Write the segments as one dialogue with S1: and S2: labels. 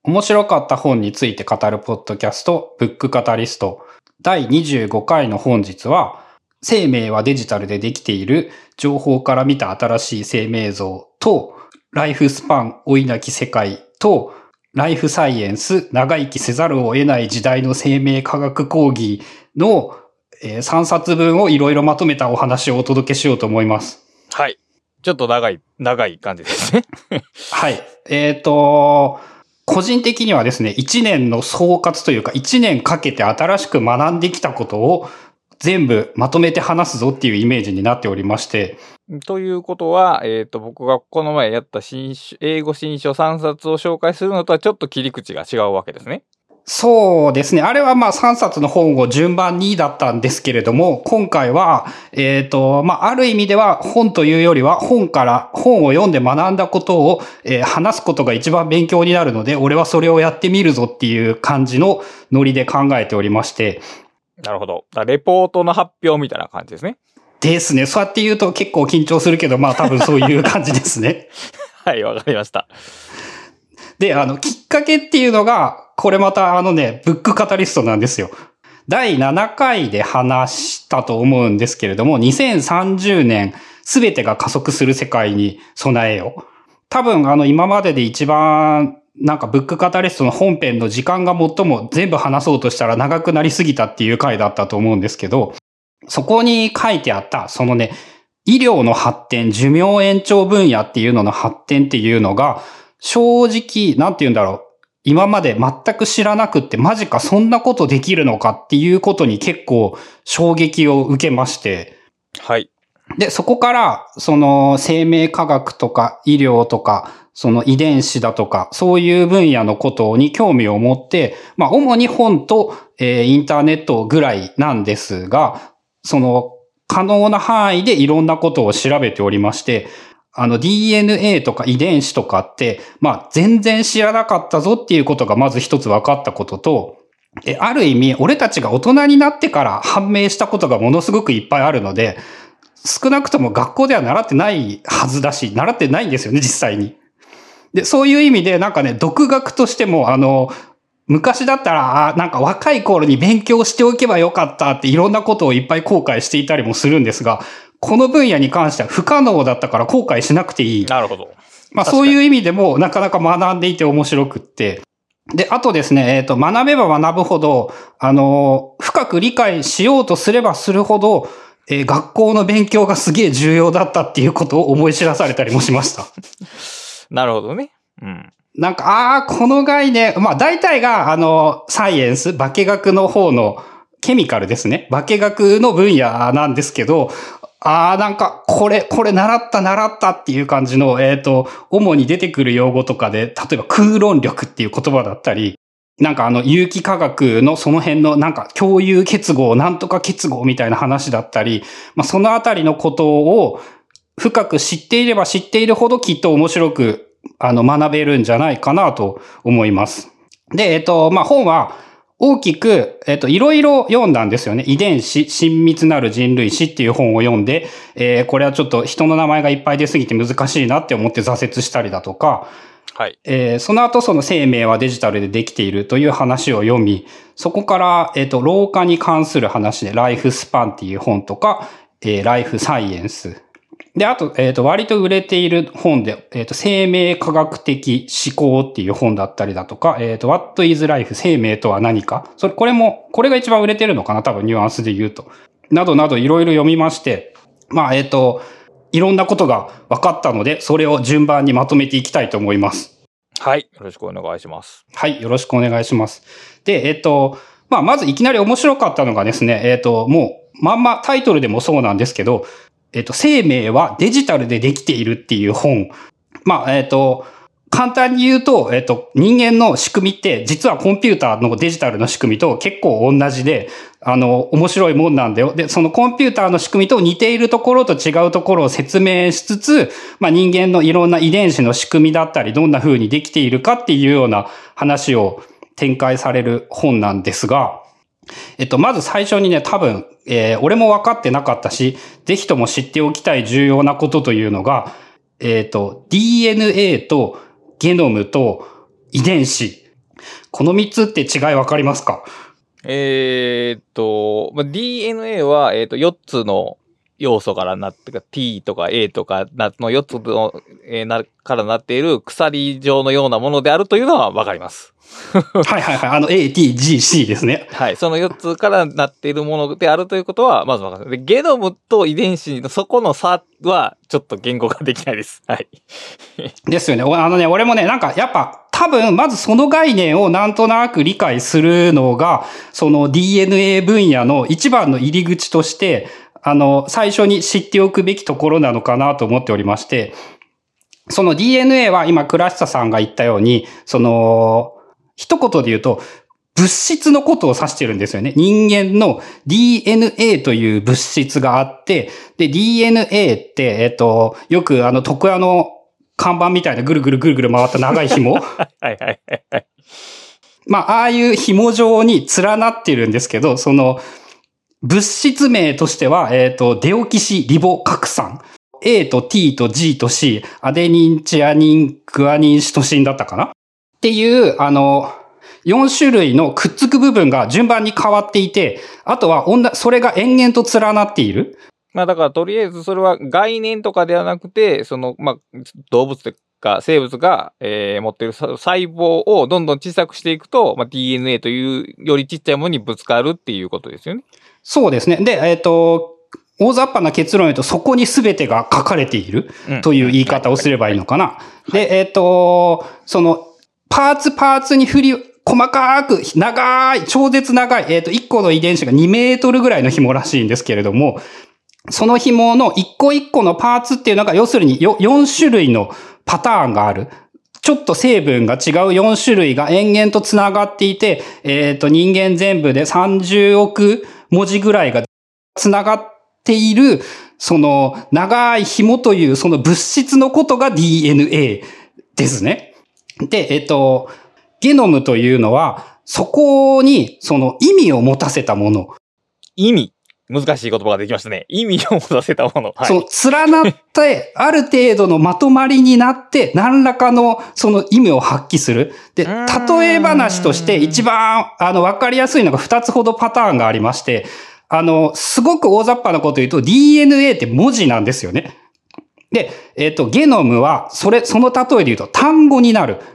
S1: 面白かった本について語るポッドキャスト、ブックカタリスト。第25回の本日は、生命はデジタルでできている情報から見た新しい生命像と、ライフスパン老いなき世界と、ライフサイエンス長生きせざるを得ない時代の生命科学講義の3冊分をいろいろまとめたお話をお届けしようと思います。
S2: はい。ちょっと長い感じですね。
S1: はい。個人的にはですね、1年の総括というか、1年かけて新しく学んできたことを全部まとめて話すぞっていうイメージになっておりまして。
S2: ということは、僕がこの前やった英語新書3冊を紹介するのとはちょっと切り口が違うわけですね。
S1: そうですね。あれは3冊の本を順番にだったんですけれども、今回は、ある意味では本というよりは本を読んで学んだことを、話すことが一番勉強になるので、俺はそれをやってみるぞっていう感じのノリで考えておりまして。
S2: なるほど。レポートの発表みたいな感じですね。
S1: ですね。そうやって言うと結構緊張するけど、多分そういう感じですね。
S2: はい、わかりました。
S1: で、きっかけっていうのが、これまたブックカタリストなんですよ。第7回で話したと思うんですけれども、2030年すべてが加速する世界に備えよう。多分今までで一番ブックカタリストの本編の時間が最も全部話そうとしたら長くなりすぎたっていう回だったと思うんですけど、そこに書いてあった医療の発展、寿命延長分野っていうのの発展っていうのが、正直、今まで全く知らなくって、マジかそんなことできるのかっていうことに結構衝撃を受けまして。
S2: はい。
S1: で、そこから、生命科学とか医療とか、遺伝子だとか、そういう分野のことに興味を持って、主に本と、インターネットぐらいなんですが、可能な範囲でいろんなことを調べておりまして、DNA とか遺伝子とかって、全然知らなかったぞっていうことがまず一つ分かったことと、ある意味、俺たちが大人になってから判明したことがものすごくいっぱいあるので、少なくとも学校では習ってないはずだし、習ってないんですよね、実際に。で、そういう意味で独学としても、昔だったら、若い頃に勉強しておけばよかったっていろんなことをいっぱい後悔していたりもするんですが、この分野に関しては不可能だったから後悔しなくていい。
S2: なるほど。
S1: そういう意味でもなかなか学んでいて面白くって。で、あとですね、学べば学ぶほど、深く理解しようとすればするほど、学校の勉強がすげえ重要だったっていうことを思い知らされたりもしました。
S2: なるほどね。うん。
S1: この概念、大体が、サイエンス、化学の方のケミカルですね。化学の分野なんですけど、これ習ったっていう感じの、主に出てくる用語とかで、例えば空論力っていう言葉だったり、有機化学のその辺の共有結合、なんとか結合みたいな話だったり、そのあたりのことを深く知っていれば知っているほどきっと面白く、学べるんじゃないかなと思います。で、本は大きく、いろいろ読んだんですよね。遺伝子、親密なる人類史っていう本を読んで、これはちょっと人の名前がいっぱい出すぎて難しいなって思って挫折したりだとか、
S2: はい。
S1: その後生命はデジタルでできているという話を読み、そこから、老化に関する話で、ライフスパンっていう本とか、ライフサイエンス。で、あと、割と売れている本で、生命科学的思考っていう本だったりだとか、What is Life? 生命とは何か？これが一番売れてるのかな？多分ニュアンスで言うと。などなどいろいろ読みまして、いろんなことが分かったので、それを順番にまとめていきたいと思います。
S2: はい。よろしくお願いします。
S1: はい。よろしくお願いします。で、まずいきなり面白かったのがですね、もう、まんまタイトルでもそうなんですけど、生命はデジタルでできているっていう本。簡単に言うと、人間の仕組みって実はコンピューターのデジタルの仕組みと結構同じで、面白いもんなんだよ。で、そのコンピューターの仕組みと似ているところと違うところを説明しつつ、人間のいろんな遺伝子の仕組みだったり、どんな風にできているかっていうような話を展開される本なんですが、まず最初にね、多分、俺も分かってなかったし、ぜひとも知っておきたい重要なことというのが、DNA とゲノムと遺伝子この3つって違いわかりますか？
S2: DNA は、4つの要素からなってか、T とか A とかの4つの、からなっている鎖状のようなものであるというのはわかります。
S1: はいはいはい。A, T, G, C ですね。
S2: はい。その4つからなっているものであるということは、まずわかります。で、ゲノムと遺伝子のそこの差は、ちょっと言語化できないです。はい。
S1: ですよね。俺もね、なんかやっぱ多分、まずその概念をなんとなく理解するのが、その DNA 分野の一番の入り口として、最初に知っておくべきところなのかなと思っておりまして、その DNA は今、倉下さんが言ったように、一言で言うと、物質のことを指してるんですよね。人間の DNA という物質があって、で、DNA って、よく床屋の看板みたいなぐるぐるぐるぐる回った長い紐。
S2: はいはいはいはい。
S1: まあ、ああいう紐状に連なってるんですけど、その、物質名としては、デオキシリボ核酸。A と T と G と C、アデニン、チアニン、グアニン、シトシンだったかなっていう、4種類のくっつく部分が順番に変わっていて、あとはそれが延々と連なっている。
S2: まあだからとりあえずそれは概念とかではなくて、動物とか生物が、持っている細胞をどんどん小さくしていくと、DNA というよりちっちゃいものにぶつかるっていうことですよね。
S1: そうですね。で、大雑把な結論を言うと、そこに全てが書かれているという言い方をすればいいのかな。で、その、パーツに細かく、超絶長い、1個の遺伝子が2メートルぐらいの紐らしいんですけれども、その紐の1個1個のパーツっていうのが、要するに4種類のパターンがある。ちょっと成分が違う4種類が延々と繋がっていて、人間全部で30億文字ぐらいが繋がっている、その長い紐というその物質のことが DNA ですね。で、ゲノムというのは、そこにその意味を持たせたもの。
S2: 意味。難しい言葉ができましたね。意味を持たせたもの。はい、
S1: そう、連なって、ある程度のまとまりになって、何らかのその意味を発揮する。で、例え話として一番、わかりやすいのが2つほどパターンがありまして、すごく大雑把なこと言うと DNA って文字なんですよね。で、ゲノムは、その例えで言うと単語になる。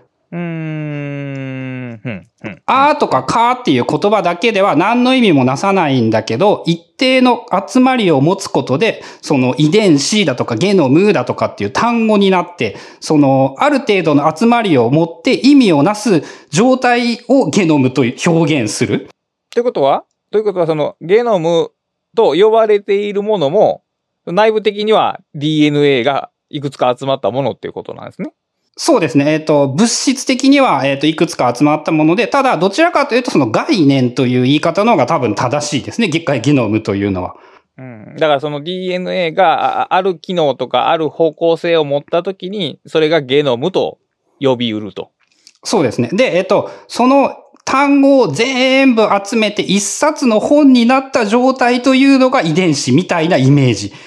S1: あーとかかーっていう言葉だけでは何の意味もなさないんだけど、一定の集まりを持つことで、その遺伝子だとかゲノムだとかっていう単語になって、そのある程度の集まりを持って意味をなす状態をゲノムと表現する。
S2: ということはそのゲノムと呼ばれているものも、内部的には DNA がいくつか集まったものっていうことなんですね。
S1: そうですね。物質的には、いくつか集まったもので、ただ、どちらかというと、その概念という言い方の方が多分正しいですね。ゲノムというのは。
S2: だからその DNA がある機能とかある方向性を持ったときに、それがゲノムと呼び得ると。
S1: そうですね。で、その単語を全部集めて一冊の本になった状態というのが遺伝子みたいなイメージ。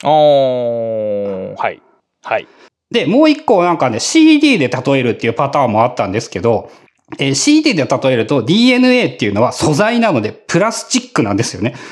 S2: はい。はい。
S1: で、もう一個なんかね、CD で例えるっていうパターンもあったんですけど、CD で例えると DNA っていうのは素材なのでプラスチックなんですよね。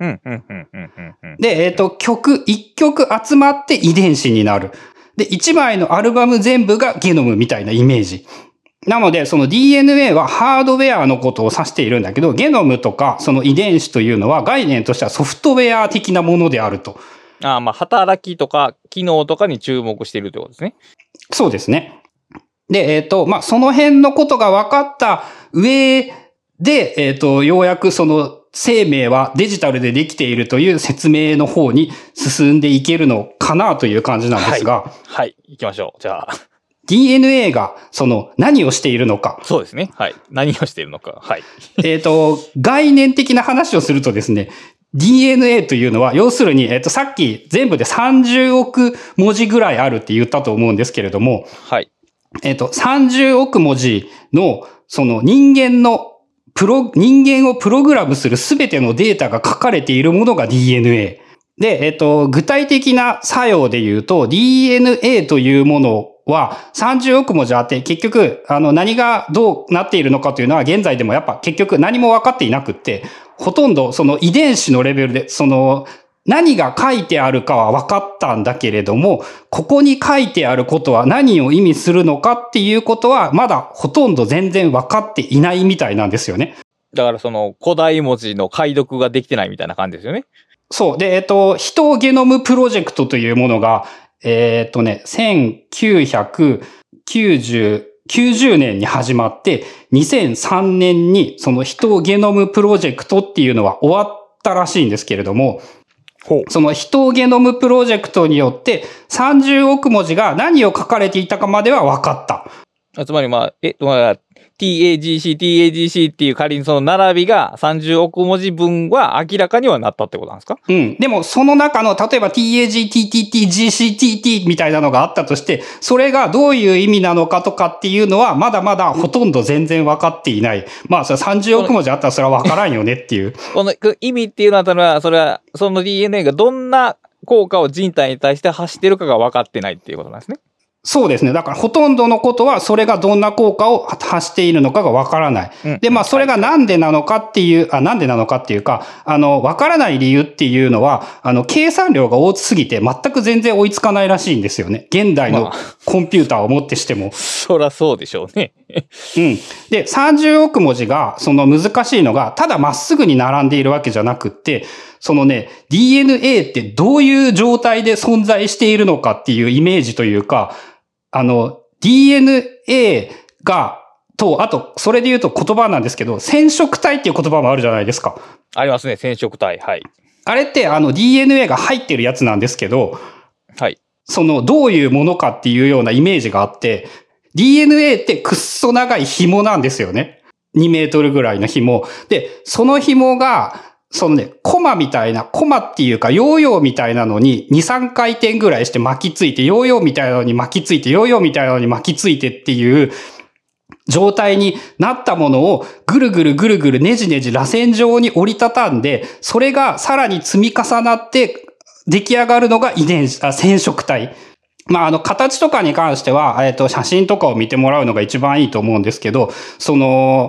S1: で、一曲集まって遺伝子になる。で、一枚のアルバム全部がゲノムみたいなイメージ。なので、その DNA はハードウェアのことを指しているんだけど、ゲノムとかその遺伝子というのは概念としてはソフトウェア的なものであると。
S2: 働きとか機能とかに注目しているということですね。
S1: そうですね。で、その辺のことが分かった上で、ようやくその生命はデジタルでできているという説明の方に進んでいけるのかなという感じなんですが。
S2: はい、行きましょう。じゃあ。
S1: DNA がその何をしているのか。
S2: そうですね。はい。何をしているのか。はい。
S1: 概念的な話をするとですね、DNA というのは、要するに、さっき全部で30億文字ぐらいあるって言ったと思うんですけれども、
S2: はい。
S1: 30億文字の、その人間をプログラムするすべてのデータが書かれているものが DNA。で、具体的な作用で言うと、DNA というものは30億文字あって、結局、何がどうなっているのかというのは現在でもやっぱ結局何も分かっていなくって、ほとんどその遺伝子のレベルで、何が書いてあるかは分かったんだけれども、ここに書いてあることは何を意味するのかっていうことは、まだほとんど全然分かっていないみたいなんですよね。
S2: だからその古代文字の解読ができてないみたいな感じですよね。
S1: そう。で、ヒトゲノムプロジェクトというものが、1990年に始まって、2003年にそのヒトゲノムプロジェクトっていうのは終わったらしいんですけれども、そのヒトゲノムプロジェクトによって30億文字が何を書かれていたかまでは分かった。
S2: つまりTAGC っていう仮にその並びが30億文字分は明らかにはなったってことなんですか？
S1: うん。でもその中の例えば TAGTTTGCTT みたいなのがあったとして、それがどういう意味なのかとかっていうのはまだまだほとんど全然分かっていない。まあそれ30億文字あったらそれは分からんよねっていう。
S2: この意味っていうのは、それはその DNA がどんな効果を人体に対して発しているかが分かってないっていうことなんですね。
S1: そうですね。だからほとんどのことはそれがどんな効果を発しているのかがわからない。で、まあそれがなんでなのかっていう、なんでなのかっていうか、わからない理由っていうのは、計算量が多すぎて全く全然追いつかないらしいんですよね。現代のコンピューターをもってしても。
S2: そらそうでしょうね。
S1: うん。で、30億文字が、その難しいのが、ただまっすぐに並んでいるわけじゃなくって、そのね、DNA ってどういう状態で存在しているのかっていうイメージというか、DNA が、あと、それで言うと言葉なんですけど、染色体っていう言葉もあるじゃないですか。
S2: ありますね、染色体。はい。
S1: あれって、DNA が入ってるやつなんですけど、
S2: はい。
S1: どういうものかっていうようなイメージがあって、DNA ってくっそ長い紐なんですよね。2メートルぐらいの紐。で、その紐が、コマっていうか、ヨーヨーみたいなのに2、3回転ぐらいして巻きついて、ヨーヨーみたいなのに巻きついて、ヨーヨーみたいなのに巻きついてっていう状態になったものをぐるぐるぐるぐるねじねじ螺旋状に折りたたんで、それがさらに積み重なって出来上がるのが染色体。まあ、形とかに関しては、写真とかを見てもらうのが一番いいと思うんですけど、その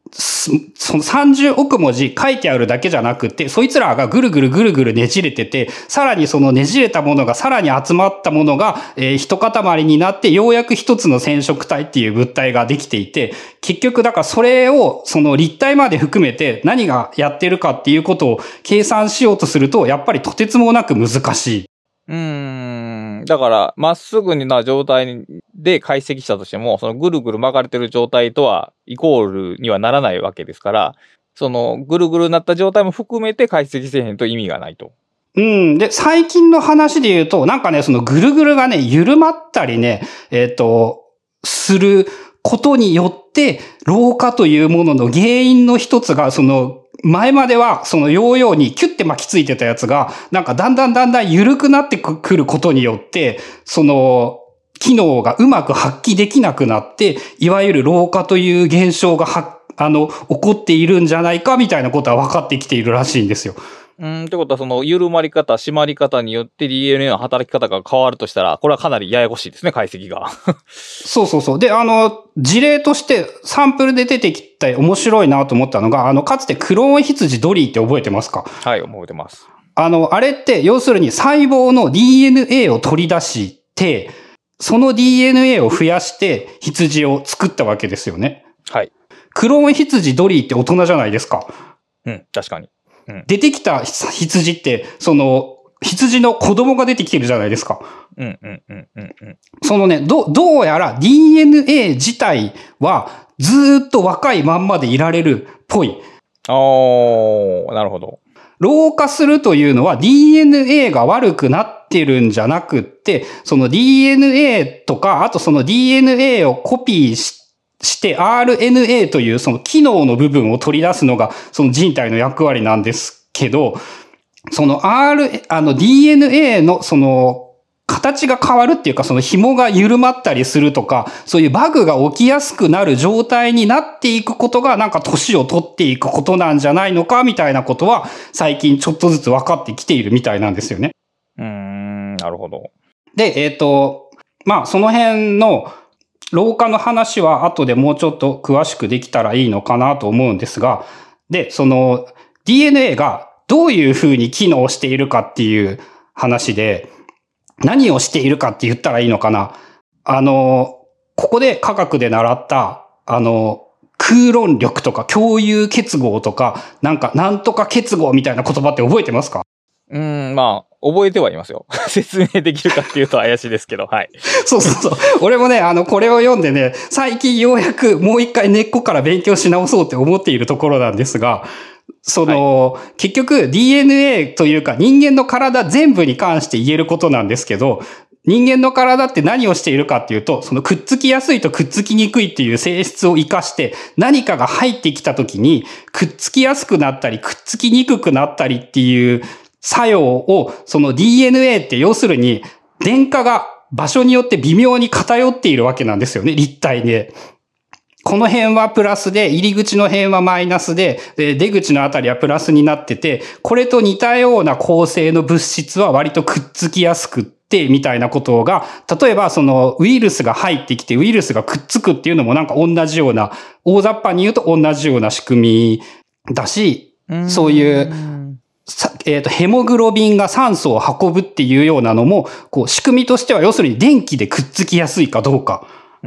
S1: 30億文字書いてあるだけじゃなくて、そいつらがぐるぐるぐるぐるねじれてて、さらにそのねじれたものがさらに集まったものが、一塊になって、ようやく一つの染色体っていう物体ができていて、結局だからそれをその立体まで含めて何がやってるかっていうことを計算しようとすると、やっぱりとてつもなく難しい。
S2: だから、まっすぐな状態で解析したとしても、そのぐるぐる巻かれてる状態とはイコールにはならないわけですから、そのぐるぐるなった状態も含めて解析せえへんと意味がないと。
S1: で、最近の話で言うと、なんかね、そのぐるぐるがね、緩まったりね、することによって、老化というものの原因の一つが、前までは、そのヨーヨーにキュッて巻きついてたやつが、なんかだんだん緩くなってくることによって、機能がうまく発揮できなくなって、いわゆる老化という現象が起こっているんじゃないかみたいなことは分かってきているらしいんですよ。
S2: ってことは、その緩まり方、締まり方によって DNA の働き方が変わるとしたら、これはかなりややこしいですね、解析が。
S1: そう。で、事例としてサンプルで出てきて面白いなと思ったのが、かつてクローン羊ドリーって覚えてますか？
S2: はい、覚えてます。
S1: あれって、要するに細胞の DNA を取り出して、その DNA を増やして羊を作ったわけですよね。
S2: はい。
S1: クローン羊ドリーって大人じゃないですか。
S2: 確かに。
S1: 出てきた羊って、羊の子供が出てきてるじゃないですか。どうやら DNA 自体はずーっと若いまんまでいられるっぽい。
S2: なるほど。
S1: 老化するというのは DNA が悪くなってるんじゃなくって、その DNA とか、あとその DNA をコピーして RNA というその機能の部分を取り出すのがその人体の役割なんですけど、そのDNA のその形が変わるっていうか、その紐が緩まったりするとか、そういうバグが起きやすくなる状態になっていくことがなんか年を取っていくことなんじゃないのかみたいなことは最近ちょっとずつ分かってきているみたいなんですよね。
S2: なるほど。
S1: で、 まあ、その辺の老化の話は後でもうちょっと詳しくできたらいいのかなと思うんですが、で、その DNA がどういうふうに機能しているかっていう話で、何をしているかって言ったらいいのかな。ここで科学で習った、空論力とか共有結合とか、なんとか結合みたいな言葉って覚えてますか？
S2: まあ、覚えてはいますよ。説明できるかっていうと怪しいですけど、はい。
S1: そうそうそう。俺もね、これを読んでね、最近ようやくもう一回根っこから勉強し直そうって思っているところなんですが、結局 DNA というか人間の体全部に関して言えることなんですけど、人間の体って何をしているかっていうと、そのくっつきやすいとくっつきにくいっていう性質を活かして、何かが入ってきた時に、くっつきやすくなったり、くっつきにくくなったりっていう作用を、その DNA って要するに、電荷が場所によって微妙に偏っているわけなんですよね、立体で。この辺はプラスで、入り口の辺はマイナスで、出口のあたりはプラスになってて、これと似たような構成の物質は割とくっつきやすくって、みたいなことが、例えばそのウイルスが入ってきて、ウイルスがくっつくっていうのも同じような、大雑把に言うと同じような仕組みだし、そういう、ヘモグロビンが酸素を運ぶっていうようなのも、こう仕組みとしては要するに電気でくっつきやすいかどうか。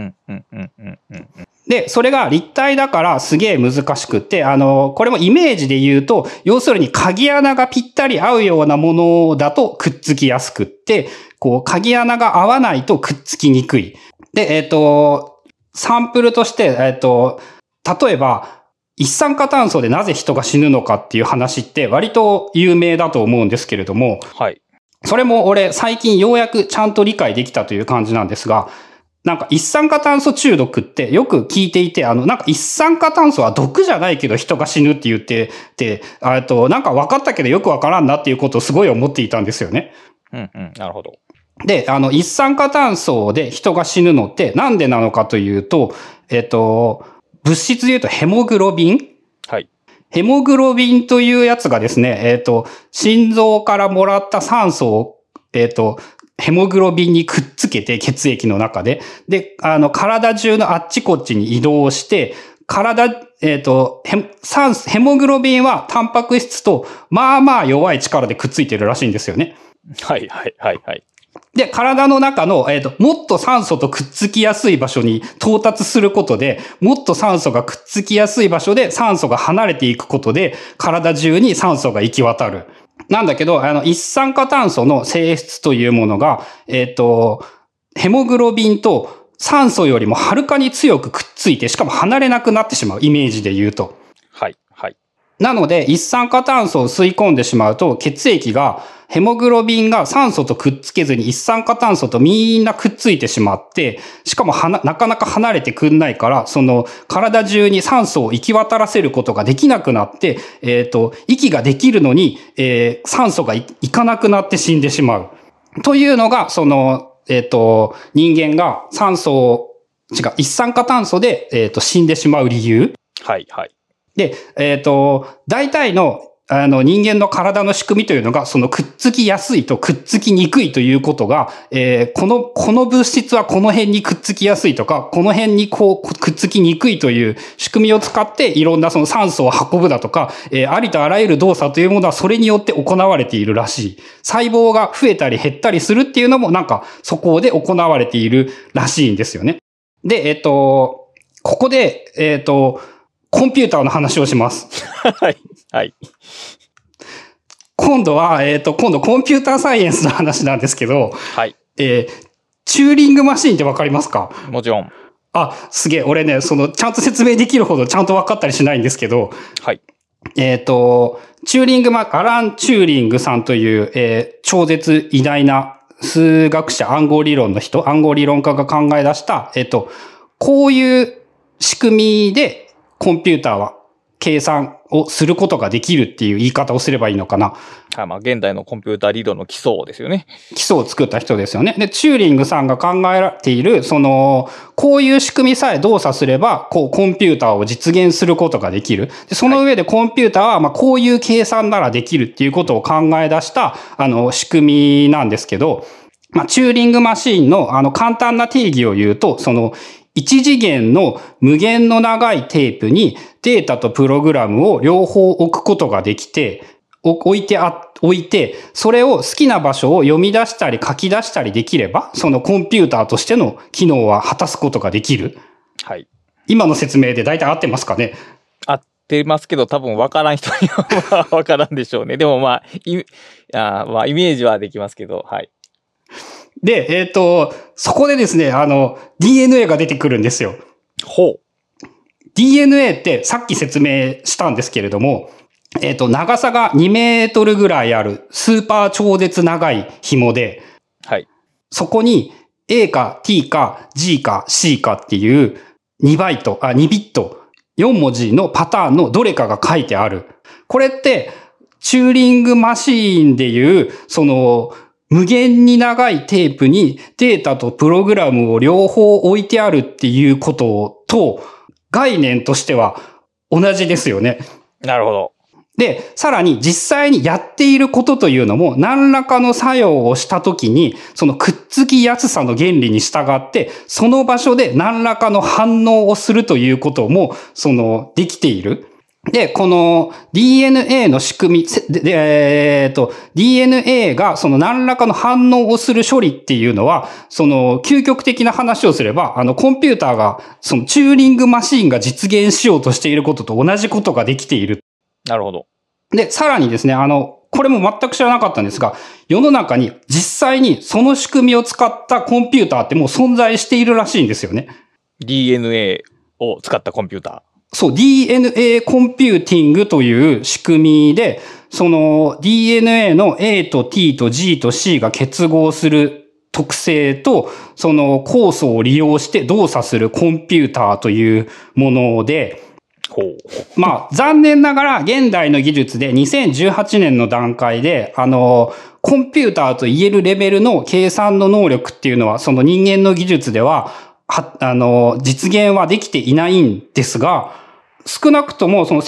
S1: で、それが立体だからすげえ難しくって、これもイメージで言うと、要するに鍵穴がぴったり合うようなものだとくっつきやすくって、こう、鍵穴が合わないとくっつきにくい。で、サンプルとして、例えば、一酸化炭素でなぜ人が死ぬのかっていう話って割と有名だと思うんですけれども、
S2: はい。
S1: それも俺最近ようやくちゃんと理解できたという感じなんですが、一酸化炭素中毒ってよく聞いていて、一酸化炭素は毒じゃないけど人が死ぬって言ってて、分かったけどよくわからんなっていうことをすごい思っていたんですよね。
S2: なるほど。
S1: で、一酸化炭素で人が死ぬのってなんでなのかというと、物質で言うとヘモグロビン。
S2: はい。
S1: ヘモグロビンというやつがですね、心臓からもらった酸素を、ヘモグロビンにくっつけて血液の中で、で、体中のあっちこっちに移動して、ヘモグロビンはタンパク質と、まあまあ弱い力でくっついてるらしいんですよね。
S2: はい。
S1: で、体の中の、もっと酸素とくっつきやすい場所に到達することで、もっと酸素がくっつきやすい場所で酸素が離れていくことで、体中に酸素が行き渡る。なんだけど、一酸化炭素の性質というものが、ヘモグロビンと酸素よりもはるかに強くくっついて、しかも離れなくなってしまう、イメージで言うと。
S2: はい。
S1: なので、一酸化炭素を吸い込んでしまうと、血液が、ヘモグロビンが酸素とくっつけずに一酸化炭素とみんなくっついてしまって、しかもなかなか離れてくんないから、体中に酸素を行き渡らせることができなくなって、息ができるのに、酸素がいかなくなって死んでしまう。というのが、人間が一酸化炭素で、死んでしまう理由。
S2: はい。
S1: で、大体の、人間の体の仕組みというのが、くっつきやすいとくっつきにくいということが、この物質はこの辺にくっつきやすいとか、この辺にくっつきにくいという仕組みを使って、いろんな酸素を運ぶだとか、ありとあらゆる動作というものはそれによって行われているらしい。細胞が増えたり減ったりするっていうのもそこで行われているらしいんですよね。で、ここで、コンピューターの話をします。
S2: はい。
S1: 今度コンピューターサイエンスの話なんですけど、
S2: はい。
S1: チューリングマシンってわかりますか？
S2: もちろん。
S1: あ、すげえ。俺ね、ちゃんと説明できるほどちゃんとわかったりしないんですけど、
S2: はい。
S1: アラン・チューリングさんという、超絶偉大な数学者、暗号理論家が考え出した、こういう仕組みでコンピューターは計算をすることができるっていう言い方をすればいいのかな。
S2: はい、現代のコンピューター理論の基礎ですよね。
S1: 基礎を作った人ですよね。で、チューリングさんが考えている、こういう仕組みさえ動作すれば、コンピューターを実現することができる。で、その上でコンピューターは、こういう計算ならできるっていうことを考え出した、仕組みなんですけど、 まあ、チューリングマシーンの簡単な定義を言うと、その一次元の無限の長いテープにデータとプログラムを両方置くことができて、置いて、それを好きな場所を読み出したり書き出したりできれば、そのコンピューターとしての機能は果たすことができる。
S2: はい。
S1: 今の説明で大体合ってますかね？
S2: 合ってますけど、多分分からん人には分からんでしょうね。でもまあ、イメージはできますけど、はい。
S1: で、そこでですね、DNA が出てくるんですよ。
S2: ほう。
S1: DNA ってさっき説明したんですけれども、長さが2メートルぐらいあるスーパー超絶長い紐で、
S2: はい。
S1: そこに A か T か G か C かっていう2ビット、4文字のパターンのどれかが書いてある。これって、チューリングマシーンでいう、その、無限に長いテープにデータとプログラムを両方置いてあるっていうことと、概念としては同じですよね。
S2: なるほど。
S1: で、さらに実際にやっていることというのも何らかの作用をしたときに、そのくっつきやすさの原理に従って、その場所で何らかの反応をするということも、できている。で、この DNA の仕組み、DNA がその何らかの反応をする処理っていうのは、その究極的な話をすれば、コンピューターが、そのチューリングマシーンが実現しようとしていることと同じことができている。
S2: なるほど。
S1: で、さらにですね、これも全く知らなかったんですが、世の中に実際にその仕組みを使ったコンピューターってもう存在しているらしいんですよね。
S2: DNA を使ったコンピューター。
S1: そう、DNA コンピューティングという仕組みで、その DNA の A と T と G と C が結合する特性と、その酵素を利用して動作するコンピューターというもので、まあ、残念ながら現代の技術で2018年の段階で、コンピューターと言えるレベルの計算の能力っていうのは、その人間の技術では、実現はできていないんですが、少なくともその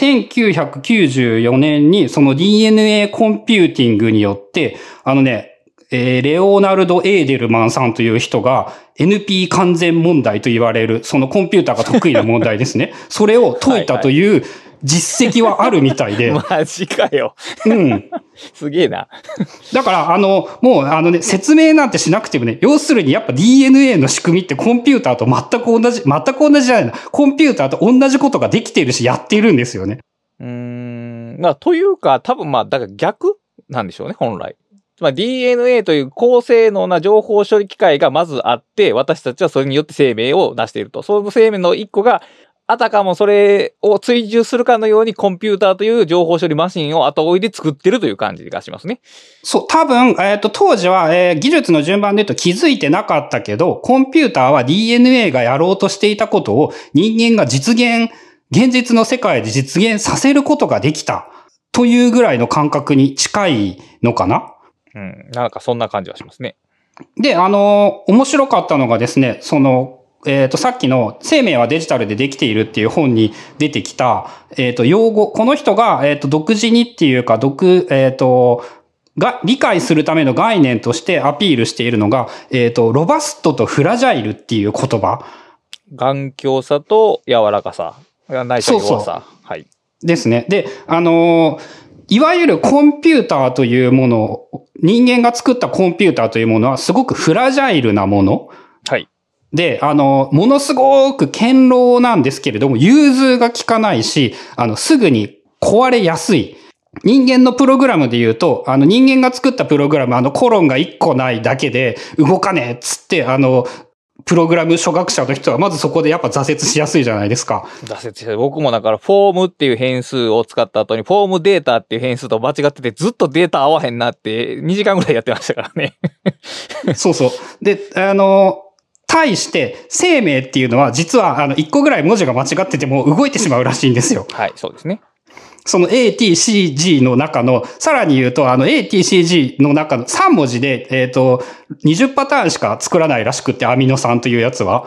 S1: 1994年にその DNA コンピューティングによって、レオナルド・エーデルマンさんという人が NP 完全問題と言われる、そのコンピューターが得意な問題ですね。それを解いたという実績はあるみたいで。
S2: マジかよ。
S1: うん。
S2: すげえな。
S1: だから、もう説明なんてしなくてもね、要するにやっぱ DNA の仕組みってコンピューターと全く同じじゃないな。コンピューターと同じことができているし、やっているんですよね。
S2: というか、多分だから逆なんでしょうね、本来。DNA という高性能な情報処理機械がまずあって、私たちはそれによって生命を出していると。その生命の一個が、あたかもそれを追従するかのようにコンピューターという情報処理マシンを後追いで作ってるという感じがしますね。
S1: そう、多分、当時は、技術の順番で言うと気づいてなかったけど、コンピューターは DNA がやろうとしていたことを人間が現実の世界で実現させることができたというぐらいの感覚に近いのかな？
S2: なんかそんな感じはしますね。
S1: で、面白かったのがですね、さっきの生命はデジタルでできているっていう本に出てきた、用語、この人が、独自にっていうか、が理解するための概念としてアピールしているのが、ロバストとフラジャイルっていう言葉。
S2: 頑強さと柔らかさ。ないしは弱さ。はい。
S1: ですね。で、いわゆるコンピューターというもの、人間が作ったコンピューターというものはすごくフラジャイルなもの。
S2: はい。
S1: で、ものすごく堅牢なんですけれども、融通が効かないし、すぐに壊れやすい。人間のプログラムで言うと、人間が作ったプログラム、コロンが1個ないだけで動かねえっつって、プログラム初学者の人はまずそこでやっぱ挫折しやすいじゃないですか。
S2: 挫折して、僕もだからフォームっていう変数を使った後にフォームデータっていう変数と間違っててずっとデータ合わへんなって2時間ぐらいやってましたからね。
S1: そうそう。で、対して生命っていうのは実は1個ぐらい文字が間違ってても動いてしまうらしいんですよ。
S2: はい、そうですね。
S1: その ATCG の中の、さらに言うとATCG の中の3文字で、20パターンしか作らないらしくって、アミノ酸というやつは。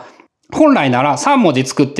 S1: 本来なら3文字作って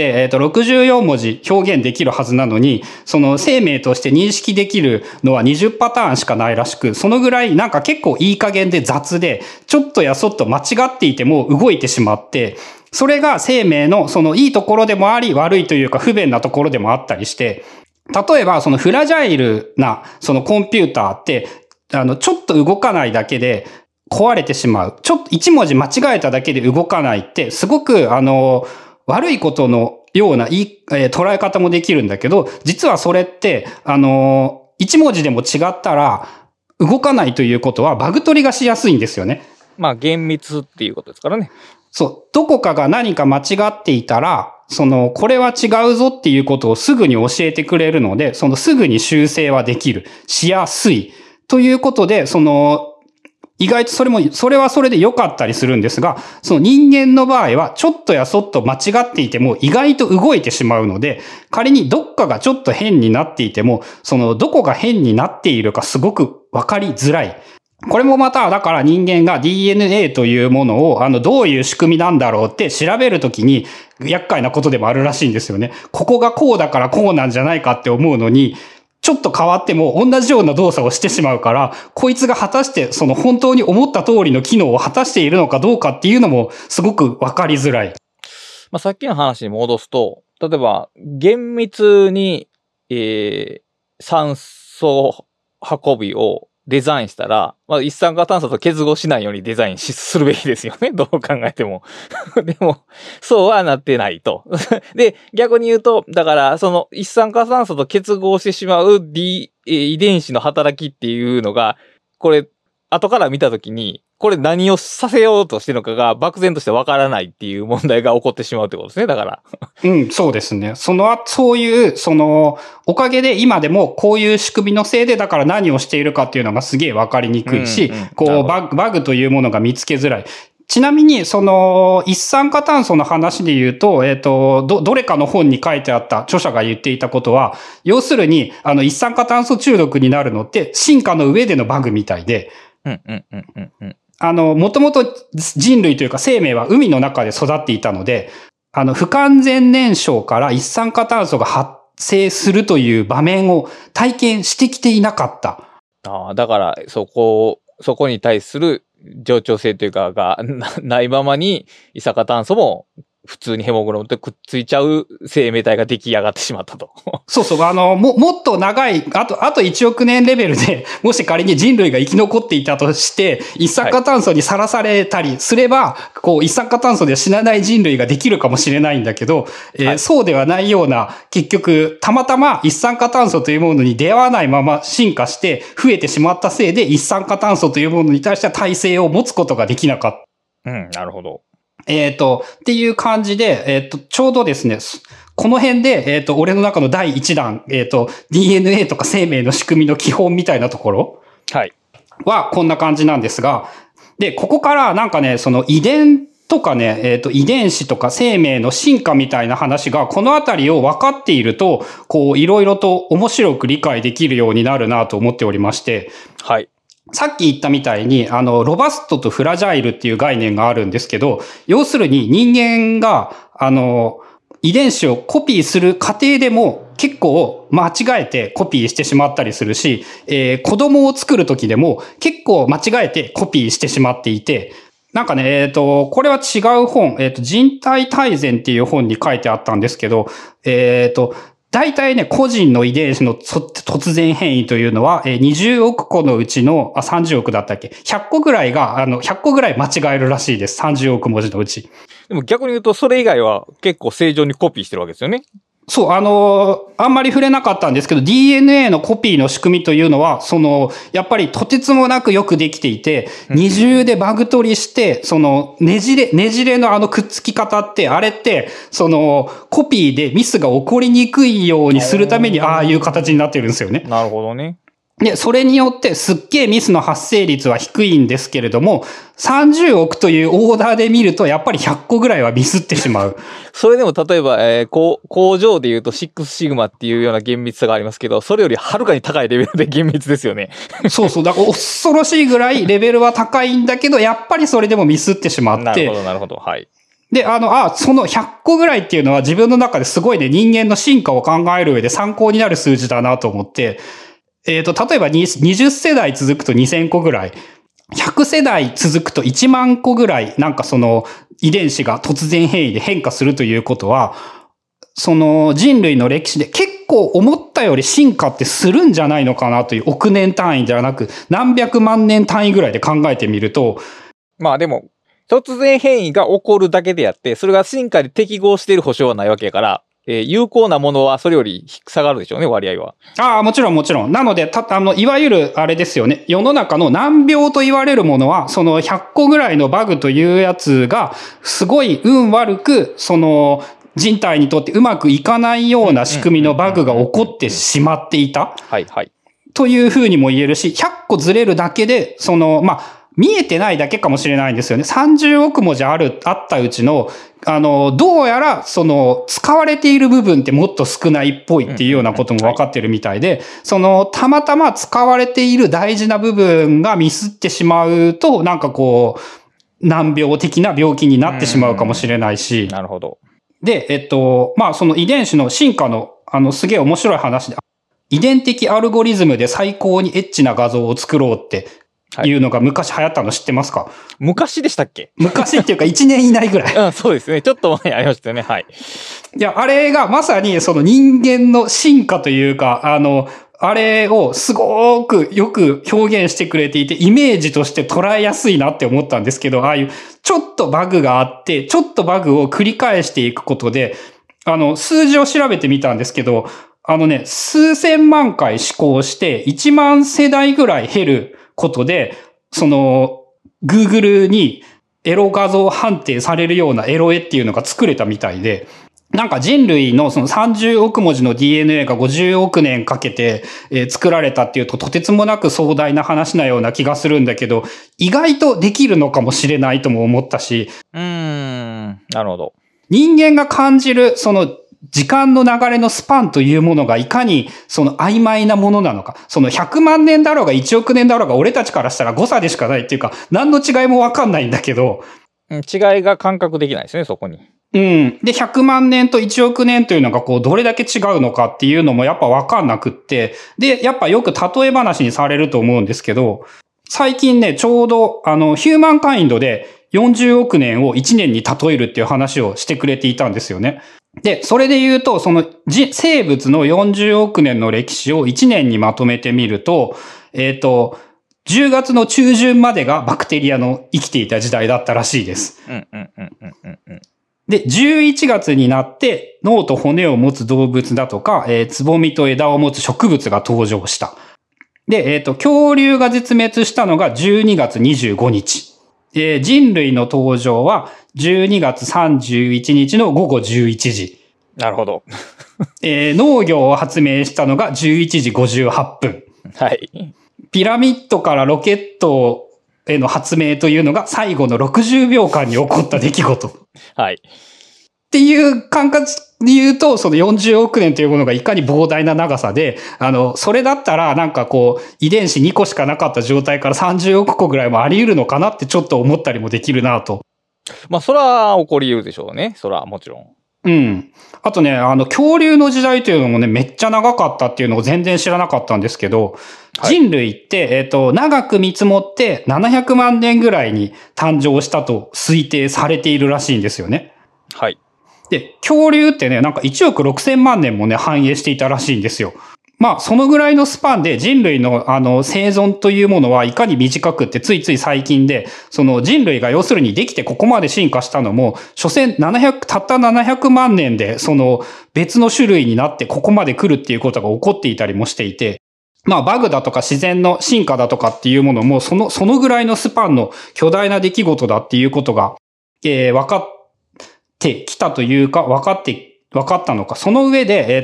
S1: 、64文字表現できるはずなのに、その生命として認識できるのは20パターンしかないらしく、そのぐらいなんか結構いい加減で雑で、ちょっとやそっと間違っていても動いてしまって、それが生命のそのいいところでもあり、悪いというか不便なところでもあったりして、例えばそのフラジャイルなそのコンピューターって、ちょっと動かないだけで、壊れてしまう。ちょっと一文字間違えただけで動かないって、すごく悪いことのような捉え方もできるんだけど、実はそれって、一文字でも違ったら、動かないということはバグ取りがしやすいんですよね。
S2: まあ、厳密っていうことですからね。
S1: そう。どこかが何か間違っていたら、これは違うぞっていうことをすぐに教えてくれるので、すぐに修正はできる。しやすい。ということで、意外とそれはそれで良かったりするんですが、その人間の場合は、ちょっとやそっと間違っていても意外と動いてしまうので、仮にどっかがちょっと変になっていても、どこが変になっているかすごくわかりづらい。これもまた、だから人間が DNA というものを、どういう仕組みなんだろうって調べるときに、厄介なことでもあるらしいんですよね。ここがこうだからこうなんじゃないかって思うのに、ちょっと変わっても同じような動作をしてしまうから、こいつが果たして本当に思った通りの機能を果たしているのかどうかっていうのもすごくわかりづらい。
S2: まあ、さっきの話に戻すと、例えば厳密に、酸素運びをデザインしたら、まあ、一酸化炭素と結合しないようにデザインするべきですよね。どう考えても。でも、そうはなってないと。で、逆に言うと、だから、一酸化炭素と結合してしまう遺伝子の働きっていうのが、これ、後から見たときに、これ何をさせようとしてるのかが漠然としてわからないっていう問題が起こってしまうってことですね、だから。
S1: うん、そうですね。そういう、おかげで今でもこういう仕組みのせいでだから何をしているかっていうのがすげえわかりにくいし、バグというものが見つけづらい。ちなみに、一酸化炭素の話で言うと、どれかの本に書いてあった著者が言っていたことは、要するに、一酸化炭素中毒になるのって進化の上でのバグみたいで、もともと人類というか生命は海の中で育っていたので、不完全燃焼から一酸化炭素が発生するという場面を体験してきていなかった。
S2: だから、そこに対する冗長性というかがないままに、一酸化炭素も普通にヘモグロビンとくっついちゃう生命体が出来上がってしまったと。
S1: そうそう、もっと長い、あと1億年レベルで、もし仮に人類が生き残っていたとして、一酸化炭素にさらされたりすれば、一酸化炭素で死なない人類ができるかもしれないんだけど、そうではないような、結局、たまたま一酸化炭素というものに出会わないまま進化して増えてしまったせいで、一酸化炭素というものに対しては耐性を持つことができなかった。
S2: なるほど。
S1: っていう感じで、ちょうどですね、この辺で、俺の中の第一弾、DNA とか生命の仕組みの基本みたいなところはこんな感じなんですが、で、ここからなんかね、遺伝とかね、遺伝子とか生命の進化みたいな話が、このあたりを分かっていると、いろいろと面白く理解できるようになるなと思っておりまして、
S2: はい。
S1: さっき言ったみたいに、ロバストとフラジャイルっていう概念があるんですけど、要するに人間が、遺伝子をコピーする過程でも結構間違えてコピーしてしまったりするし、子供を作る時でも結構間違えてコピーしてしまっていて、なんかね、これは違う本、人体大全っていう本に書いてあったんですけど、大体ね、個人の遺伝子の突然変異というのは、20億個のうちの、30億だったっけ ?100 個ぐらいが、100個ぐらい間違えるらしいです。30億文字のうち。
S2: でも逆に言うと、それ以外は結構正常にコピーしてるわけですよね。
S1: そう、あんまり触れなかったんですけど、DNA のコピーの仕組みというのは、やっぱりとてつもなくよくできていて、二重でバグ取りして、ねじれのくっつき方って、あれって、コピーでミスが起こりにくいようにするために、ああいう形になってるんですよね。
S2: なるほどね。
S1: で、それによってすっげえミスの発生率は低いんですけれども、30億というオーダーで見ると、やっぱり100個ぐらいはミスってしまう。
S2: それでも例えば、工場で言うと6シグマっていうような厳密さがありますけど、それよりはるかに高いレベルで厳密ですよね。
S1: そうそう。だから恐ろしいぐらいレベルは高いんだけど、やっぱりそれでもミスってしまって。
S2: なるほど、なるほど。はい。
S1: で、その100個ぐらいっていうのは自分の中ですごいね、人間の進化を考える上で参考になる数字だなと思って、例えば20世代続くと2000個ぐらい、100世代続くと1万個ぐらい、なんかその遺伝子が突然変異で変化するということは、その人類の歴史で結構思ったより進化ってするんじゃないのかなという億年単位ではなく、何百万年単位ぐらいで考えてみると、
S2: まあでも、突然変異が起こるだけであって、それが進化で適合している保証はないわけやから、有効なものはそれより下がるでしょうね、割合は。
S1: もちろんもちろん。なので、いわゆるあれですよね。世の中の難病と言われるものは、その100個ぐらいのバグというやつが、すごい運悪く、その、人体にとってうまくいかないような仕組みのバグが起こってしまっていた。
S2: はいはい。
S1: というふうにも言えるし、100個ずれるだけで、その、まあ、見えてないだけかもしれないんですよね。30億文字あったうちの、どうやら、その、使われている部分ってもっと少ないっぽいっていうようなことも分かってるみたいで、その、たまたま使われている大事な部分がミスってしまうと、なんかこう、難病的な病気になってしまうかもしれないし。
S2: なるほど。
S1: で、まあ、その遺伝子の進化の、すげえ面白い話で、遺伝的アルゴリズムで最高にエッチな画像を作ろうっていうのが昔流行ったの知ってますか？
S2: 昔でしたっけ？
S1: 昔っていうか1年以内ぐらい。
S2: うん、そうですね。ちょっと前ありましたよね。はい。
S1: いや、あれがまさにその人間の進化というか、あれをすごくよく表現してくれていて、イメージとして捉えやすいなって思ったんですけど、ああいうちょっとバグがあって、ちょっとバグを繰り返していくことで、数字を調べてみたんですけど、数千万回試行して、1万世代ぐらい減ることで、その、Google にエロ画像判定されるようなエロ絵っていうのが作れたみたいで、なんか人類のその30億文字の DNA が50億年かけて作られたっていうととてつもなく壮大な話なような気がするんだけど、意外とできるのかもしれないとも思ったし。
S2: なるほど。
S1: 人間が感じるその時間の流れのスパンというものがいかにその曖昧なものなのか。その100万年だろうが1億年だろうが俺たちからしたら誤差でしかないっていうか、何の違いもわかんないんだけど。
S2: 違いが感覚できないですね、そこに。
S1: うん。で、100万年と1億年というのがこう、どれだけ違うのかっていうのもやっぱわかんなくって。で、やっぱよく例え話にされると思うんですけど、最近ね、ちょうど、ヒューマンカインドで40億年を1年に例えるっていう話をしてくれていたんですよね。で、それで言うと、その、生物の40億年の歴史を1年にまとめてみると、10月の中旬までがバクテリアの生きていた時代だったらしいです。で、11月になって脳と骨を持つ動物だとか、つぼみと枝を持つ植物が登場した。で、恐竜が絶滅したのが12月25日。人類の登場は12月31日の午後11時。
S2: なるほど。
S1: 農業を発明したのが11時58分。
S2: はい。
S1: ピラミッドからロケットへの発明というのが最後の60秒間に起こった出来事。
S2: はい。
S1: っていう感覚で言うと、その40億年というものがいかに膨大な長さで、それだったらなんかこう、遺伝子2個しかなかった状態から30億個ぐらいもあり得るのかなってちょっと思ったりもできるなと。
S2: まあ、そら起こり得るでしょうね。そら、もちろん。
S1: うん。あとね、恐竜の時代というのもね、めっちゃ長かったっていうのを全然知らなかったんですけど、はい、人類って、長く見積もって700万年ぐらいに誕生したと推定されているらしいんですよね。
S2: はい。
S1: で、恐竜ってね、なんか1億6000万年もね、繁栄していたらしいんですよ。まあ、そのぐらいのスパンで人類の生存というものはいかに短くってついつい最近で、その人類が要するにできてここまで進化したのも、所詮たった700万年でその別の種類になってここまで来るっていうことが起こっていたりもしていて、まあバグだとか自然の進化だとかっていうものもそのぐらいのスパンの巨大な出来事だっていうことが、分かってきたというか、分かったのか。その上で、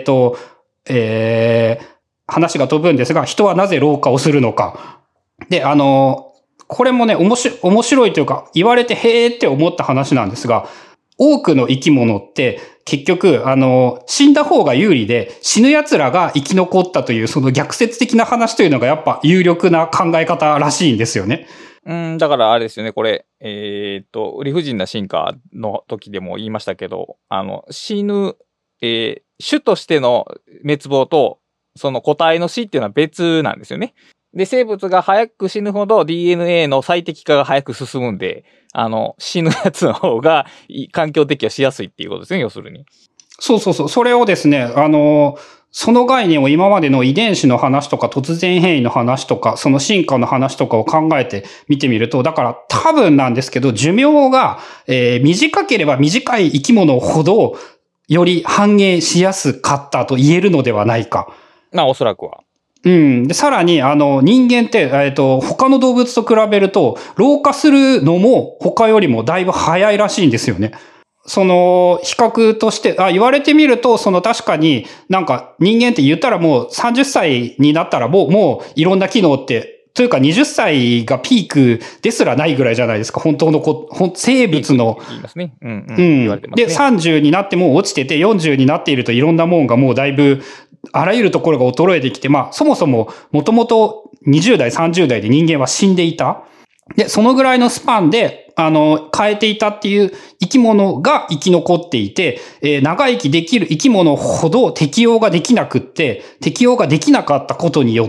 S1: 話が飛ぶんですが、人はなぜ老化をするのか。で、これもね、面白いというか、言われてへーって思った話なんですが、多くの生き物って結局、死んだ方が有利で、死ぬ奴らが生き残ったという、その逆説的な話というのがやっぱ有力な考え方らしいんですよね。
S2: だからあれですよね、これ。理不尽な進化の時でも言いましたけど、死ぬ、種としての滅亡と、その個体の死っていうのは別なんですよね。で、生物が早く死ぬほど DNA の最適化が早く進むんで、死ぬやつの方が環境適応しやすいっていうことですね、要するに。
S1: そうそうそう。それをですね、その概念を今までの遺伝子の話とか突然変異の話とか、その進化の話とかを考えて見てみると、だから多分なんですけど、寿命が、短ければ短い生き物ほど、より繁栄しやすかったと言えるのではないか。
S2: まあ、おそらくは。
S1: うん。で、さらに、人間って、他の動物と比べると、老化するのも他よりもだいぶ早いらしいんですよね。比較として、言われてみると、確かになんか人間って言ったらもう30歳になったらもういろんな機能って、というか20歳がピークですらないぐらいじゃないですか。本当の生物の。
S2: 言いますね。
S1: 言われてますね。で、30になってもう落ちてて、40になっているといろんなもんがもうだいぶ、あらゆるところが衰えてきて、まあ、そもそも、もともと20代、30代で人間は死んでいた。で、そのぐらいのスパンで、変えていたっていう生き物が生き残っていて、長生きできる生き物ほど適応ができなくって、適応ができなかったことによって、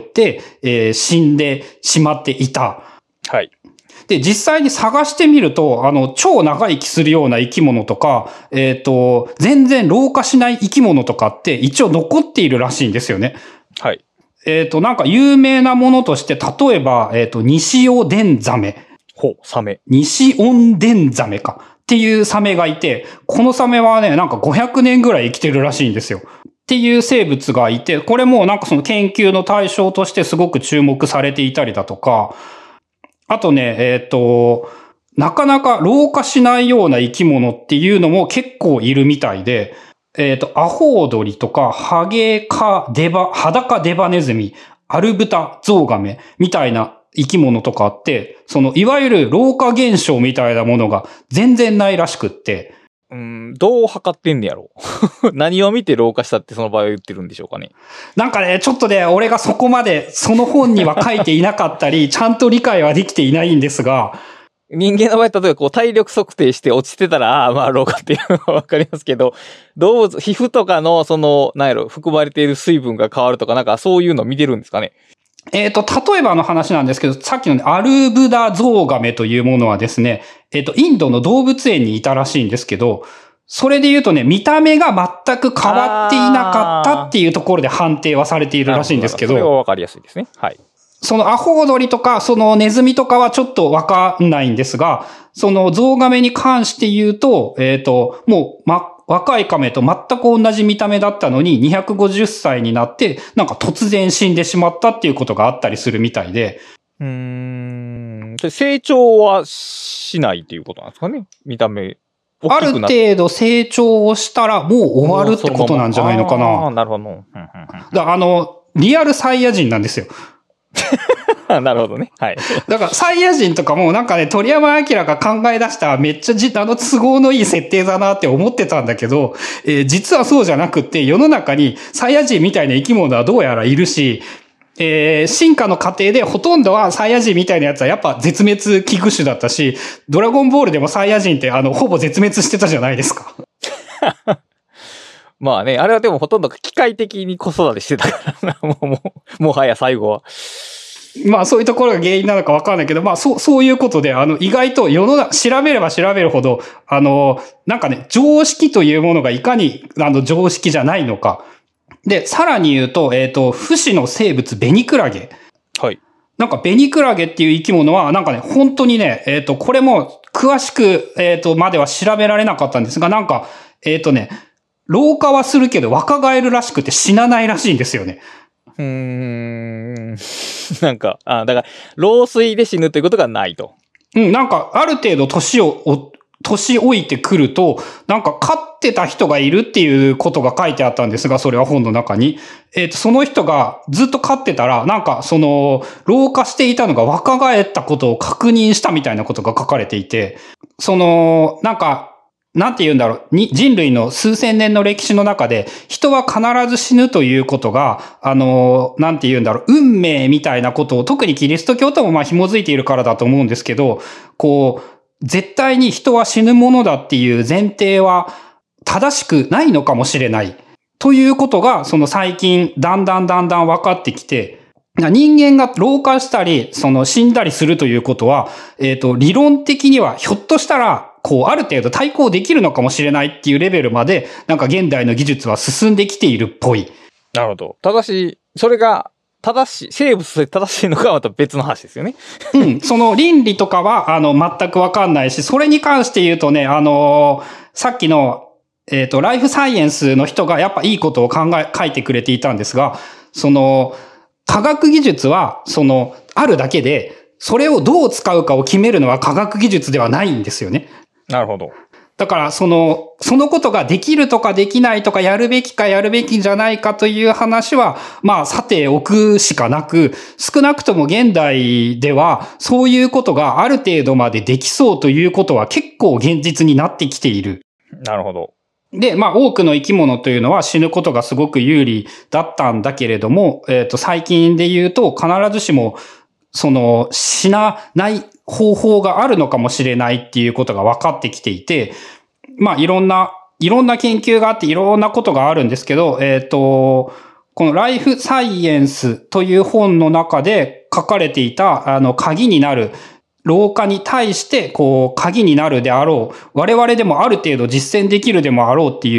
S1: 死んでしまっていた。
S2: はい。
S1: で、実際に探してみると、超長生きするような生き物とか、全然老化しない生き物とかって一応残っているらしいんですよね。
S2: はい。
S1: なんか有名なものとして、例えば、ニシオデンザメ。
S2: サメ。
S1: ニシオンデンザメか。っていうサメがいて、このサメはね、なんか500年ぐらい生きてるらしいんですよ。っていう生物がいて、これもなんかその研究の対象としてすごく注目されていたりだとか、あとね、なかなか老化しないような生き物っていうのも結構いるみたいで、アホウドリとか、ハゲカデバ、ハダカデバネズミ、アルブタゾウガメみたいな生き物とかあって、いわゆる老化現象みたいなものが全然ないらしくって、
S2: どう測ってんねやろ何を見て老化したってその場合は言ってるんでしょうかね。
S1: なんかね、ちょっとね、俺がそこまでその本には書いていなかったり、ちゃんと理解はできていないんですが、
S2: 人間の場合、例えば体力測定して落ちてたら、まあ老化っていうのはわかりますけど、動物、皮膚とかの含まれている水分が変わるとか、なんかそういうの見てるんですかね。
S1: 例えばの話なんですけど、さっきの、ね、アルブダゾウガメというものはですね、インドの動物園にいたらしいんですけど、それで言うとね、見た目が全く変わっていなかったっていうところで判定はされているらしいんですけど。
S2: それはわかりやすいですね。はい。
S1: そのアホウドリとか、そのネズミとかはちょっとわかんないんですが、そのゾウガメに関して言うと、もう、若いカメと全く同じ見た目だったのに250歳になって、なんか突然死んでしまったっていうことがあったりするみたいで。
S2: 成長はしないっていうことなんですかね、見た目。
S1: ある程度成長をしたらもう終わるってことなんじゃないのかな。
S2: なるほど。
S1: リアルサイヤ人なんですよ。
S2: なるほどね。はい。
S1: だから、サイヤ人とかもなんかね、鳥山明が考え出しためっちゃ都合のいい設定だなって思ってたんだけど、実はそうじゃなくって世の中にサイヤ人みたいな生き物はどうやらいるし、進化の過程でほとんどはサイヤ人みたいなやつはやっぱ絶滅危惧種だったし、ドラゴンボールでもサイヤ人ってほぼ絶滅してたじゃないですか。
S2: まあね、あれはでもほとんど機械的に子育てしてたからな、もはや最後は。
S1: まあそういうところが原因なのかわかんないけど、まあそういうことで、意外と世の中、調べれば調べるほど、なんかね、常識というものがいかに、常識じゃないのか。で、さらに言うと、不死の生物、ベニクラゲ。
S2: はい。
S1: なんかベニクラゲっていう生き物は、なんかね、本当にね、これも詳しく、までは調べられなかったんですが、なんか、老化はするけど若返るらしくて死なないらしいんですよね。
S2: なんか、だから、老衰で死ぬということがないと。
S1: なんか、ある程度年老いてくると、なんか飼ってた人がいるっていうことが書いてあったんですが、それは本の中に。その人がずっと飼ってたら、なんか、老化していたのが若返ったことを確認したみたいなことが書かれていて、なんか、 なんて言うんだろう、人類の数千年の歴史の中で、人は必ず死ぬということが、なんて言うんだろう、運命みたいなことを、特にキリスト教ともまあ紐づいているからだと思うんですけど、こう、絶対に人は死ぬものだっていう前提は正しくないのかもしれない。ということが、その最近、だんだん分かってきて、人間が老化したり、死んだりするということは、理論的にはひょっとしたら、こう、ある程度対抗できるのかもしれないっていうレベルまで、なんか現代の技術は進んできているっぽい。
S2: なるほど。ただし、それが生物として正しいのかはまた別の話ですよね。
S1: うん。その倫理とかは、全くわかんないし、それに関して言うとね、さっきの、ライフサイエンスの人がやっぱいいことを書いてくれていたんですが、科学技術は、あるだけで、それをどう使うかを決めるのは科学技術ではないんですよね。
S2: なるほど。
S1: だから、そのことができるとかできないとかやるべきかやるべきじゃないかという話は、まあ、さておくしかなく、少なくとも現代では、そういうことがある程度までできそうということは結構現実になってきている。
S2: なるほど。
S1: で、まあ、多くの生き物というのは死ぬことがすごく有利だったんだけれども、最近で言うと必ずしも、死なない方法があるのかもしれないっていうことが分かってきていて、まあ、いろんな研究があっていろんなことがあるんですけど、このライフサイエンスという本の中で書かれていた、鍵になる、老化に対して、こう、鍵になるであろう、我々でもある程度実践できるでもあろうっていう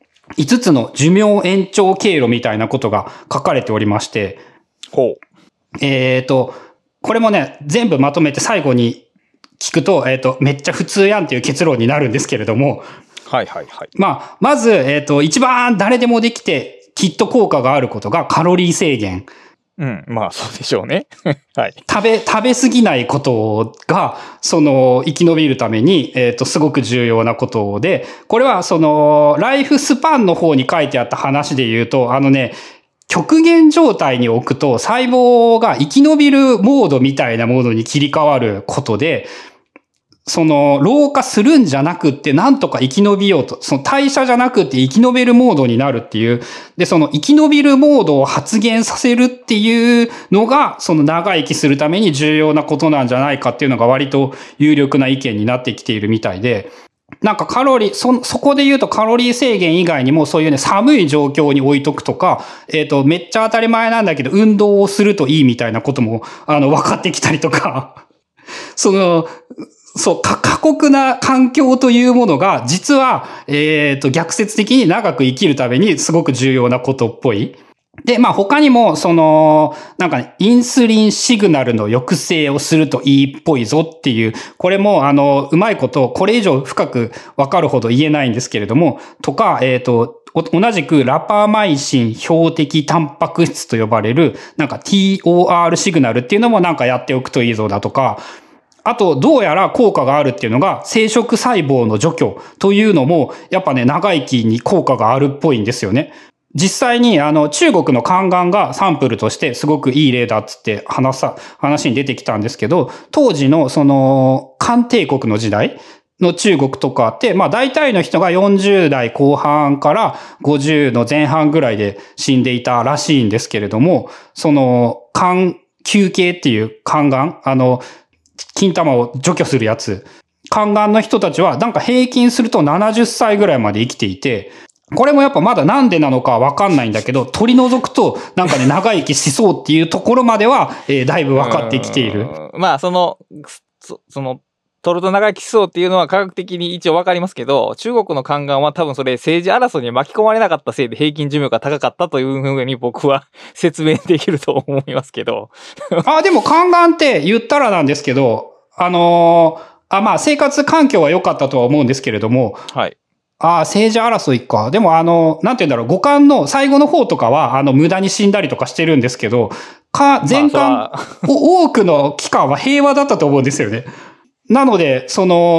S1: 、5つの寿命延長経路みたいなことが書かれておりまして、
S2: ほう。
S1: これもね、全部まとめて最後に聞くと、めっちゃ普通やんっていう結論になるんですけれども、
S2: はいはいはい。
S1: まあ、まず、一番誰でもできて、きっと効果があることがカロリー制限。
S2: うん。まあ、そうでしょうね。はい。
S1: 食べ過ぎないことが、生き延びるために、すごく重要なことで、これは、ライフスパンの方に書いてあった話で言うと、極限状態に置くと細胞が生き延びるモードみたいなモードに切り替わることで、老化するんじゃなくってなんとか生き延びようと、代謝じゃなくって生き延びるモードになるっていう、で、生き延びるモードを発現させるっていうのが、長生きするために重要なことなんじゃないかっていうのが割と有力な意見になってきているみたいで、なんかそこで言うとカロリー制限以外にもそういうね、寒い状況に置いとくとか、めっちゃ当たり前なんだけど、運動をするといいみたいなことも、分かってきたりとか、過酷な環境というものが、実は、逆説的に長く生きるためにすごく重要なことっぽい。で、まあ他にも、なんかね、インスリンシグナルの抑制をするといいっぽいぞっていう、これもうまいこと、これ以上深くわかるほど言えないんですけれども、とか、同じくラパマイシン標的タンパク質と呼ばれる、なんか TOR シグナルっていうのもなんかやっておくといいぞだとか、あと、どうやら効果があるっていうのが、生殖細胞の除去というのも、やっぱね、長生きに効果があるっぽいんですよね。実際に、中国の肝がんがサンプルとしてすごくいい例だっつって話に出てきたんですけど、当時の漢帝国の時代の中国とかって、まあ大体の人が40代後半から50の前半ぐらいで死んでいたらしいんですけれども、球形っていう肝がん、金玉を除去するやつ。肝がんの人たちはなんか平均すると70歳ぐらいまで生きていて、これもやっぱまだなんでなのかわかんないんだけど、取り除くとなんかね、長生きしそうっていうところまでは、だいぶ分かってきている。
S2: まあ、取ると長生きしそうっていうのは科学的に一応わかりますけど、中国の肝がんは多分それ政治争いに巻き込まれなかったせいで平均寿命が高かったというふうに僕は説明できると思いますけど。
S1: でも肝がんって言ったらなんですけど、まあ生活環境は良かったとは思うんですけれども、
S2: はい。
S1: 政治争いか。でもなんて言うんだろう、五感の最後の方とかは、無駄に死んだりとかしてるんですけど、前半、多くの期間は平和だったと思うんですよね。なので、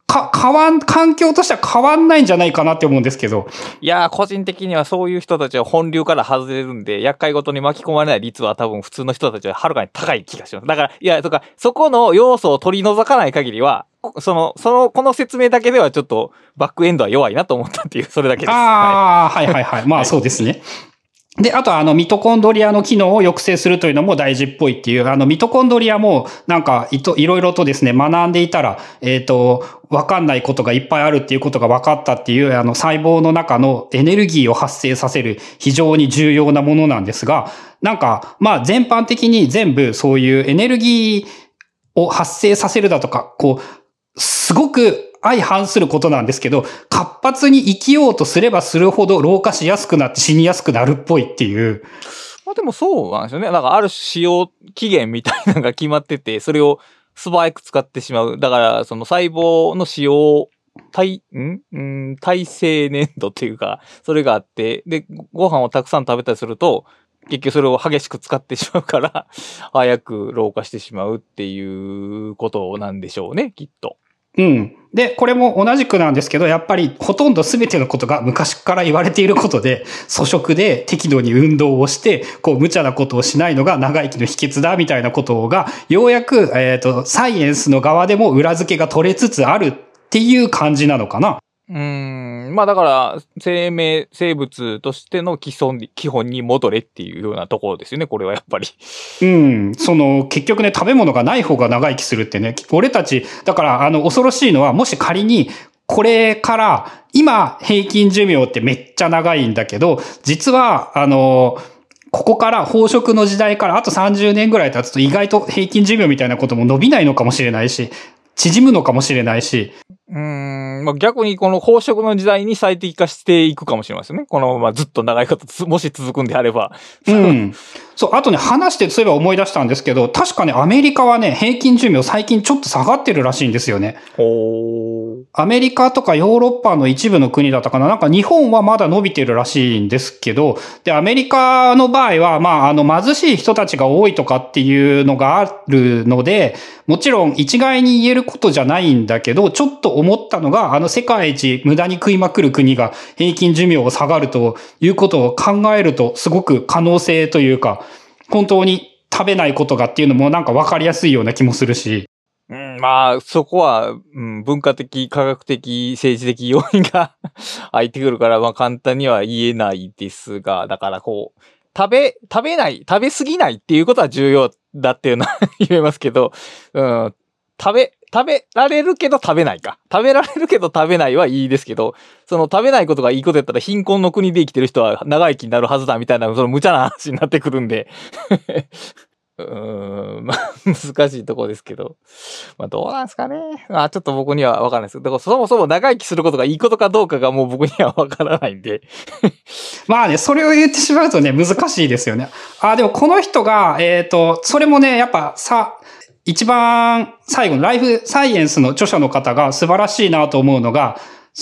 S1: 環境としては変わんないんじゃないかなって思うんですけど。
S2: いやー、個人的にはそういう人たちは本流から外れるんで、厄介ごとに巻き込まれない率は多分普通の人たちははるかに高い気がします。だから、いや、そこの要素を取り除かない限りは、この説明だけではちょっとバックエンドは弱いなと思ったっていう、それだけです。
S1: はいはいはい。まあそうですね。で、あとミトコンドリアの機能を抑制するというのも大事っぽいっていう、ミトコンドリアもなんかいろいろとですね、学んでいたら、わかんないことがいっぱいあるっていうことが分かったっていう、細胞の中のエネルギーを発生させる非常に重要なものなんですが、なんか、まあ全般的に全部そういうエネルギーを発生させるだとか、こう、すごく相反することなんですけど、活発に生きようとすればするほど老化しやすくなって死にやすくなるっぽいっていう。
S2: まあでもそうなんですよね。なんかある使用期限みたいなのが決まってて、それを素早く使ってしまう。だからその細胞の使用耐性粘度っていうか、それがあって、で、ご飯をたくさん食べたりすると、結局それを激しく使ってしまうから、早く老化してしまうっていうことなんでしょうね、きっと。
S1: うん。で、これも同じくなんですけど、やっぱりほとんど全てのことが昔から言われていることで、粗食で適度に運動をして、無茶なことをしないのが長生きの秘訣だ、みたいなことが、ようやく、サイエンスの側でも裏付けが取れつつあるっていう感じなのかな。
S2: まあだから、生物としての基本に戻れっていうようなところですよね、これはやっぱり。
S1: 結局ね、食べ物がない方が長生きするってね、俺たち、だから、恐ろしいのは、もし仮に、これから、今、平均寿命ってめっちゃ長いんだけど、実は、ここから飽食の時代からあと30年ぐらい経つと意外と平均寿命みたいなことも伸びないのかもしれないし、縮むのかもしれないし。
S2: まあ、逆にこの飽食の時代に最適化していくかもしれませんね。このままずっと長いこともし続くんであれば。
S1: そう、あとね、話してそういえば思い出したんですけど、確かね、アメリカはね、平均寿命最近ちょっと下がってるらしいんですよね。アメリカとかヨーロッパの一部の国だったかな。なんか日本はまだ伸びてるらしいんですけど、で、アメリカの場合は、まあ、貧しい人たちが多いとかっていうのがあるので、もちろん一概に言えることじゃないんだけど、ちょっと思ったのが、世界一無駄に食いまくる国が平均寿命を下がるということを考えると、すごく可能性というか、本当に食べないことがっていうのもなんか分かりやすいような気もするし。
S2: まあ、そこは、文化的、科学的、政治的要因が入ってくるから、まあ簡単には言えないですが、だから食べ過ぎないっていうことは重要だっていうのは言えますけど、食べられるけど食べないか。食べられるけど食べないはいいですけど、その食べないことがいいことやったら貧困の国で生きてる人は長生きになるはずだみたいな、その無茶な話になってくるんで。まあ、難しいところですけど。まあ、どうなんですかね。ちょっと僕にはわからないです。だからそもそも長生きすることがいいことかどうかがもう僕にはわからないんで。
S1: まあね、それを言ってしまうとね、難しいですよね。でもこの人が、それもね、やっぱ一番最後のライフサイエンスの著者の方が素晴らしいなと思うのが、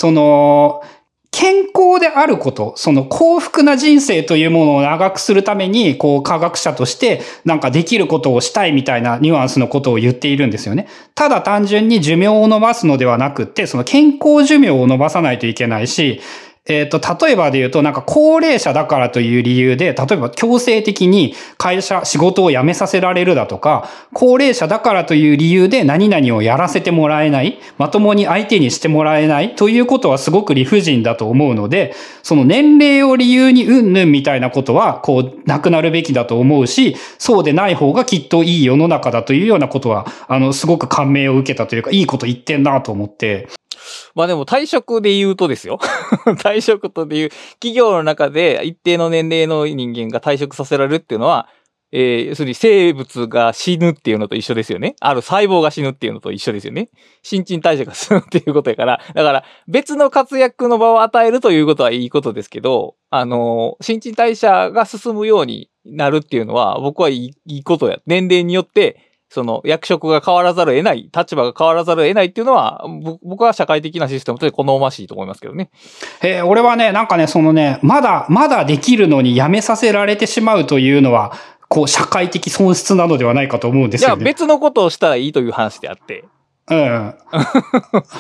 S1: 健康であること、幸福な人生というものを長くするために、科学者としてなんかできることをしたいみたいなニュアンスのことを言っているんですよね。ただ単純に寿命を伸ばすのではなくって、健康寿命を伸ばさないといけないし、例えばで言うと、なんか高齢者だからという理由で、例えば強制的に仕事を辞めさせられるだとか、高齢者だからという理由で何々をやらせてもらえない、まともに相手にしてもらえないということはすごく理不尽だと思うので、その年齢を理由にうんぬんみたいなことは、なくなるべきだと思うし、そうでない方がきっといい世の中だというようなことは、すごく感銘を受けたというか、いいこと言ってんなと思って、
S2: まあでも退職で言うとですよ。退職という企業の中で一定の年齢の人間が退職させられるっていうのは、要するに生物が死ぬっていうのと一緒ですよね。ある細胞が死ぬっていうのと一緒ですよね。新陳代謝が進むっていうことやから、だから別の活躍の場を与えるということはいいことですけど、新陳代謝が進むようになるっていうのは僕はいいことや。年齢によって、役職が変わらざるを得ない、立場が変わらざるを得ないっていうのは、僕は社会的なシステムとして好ましいと思いますけどね。
S1: 俺はね、なんかね、まだできるのに辞めさせられてしまうというのは、社会的損失なのではないかと思うんですよね。
S2: いや、別のことをしたらいいという話であって。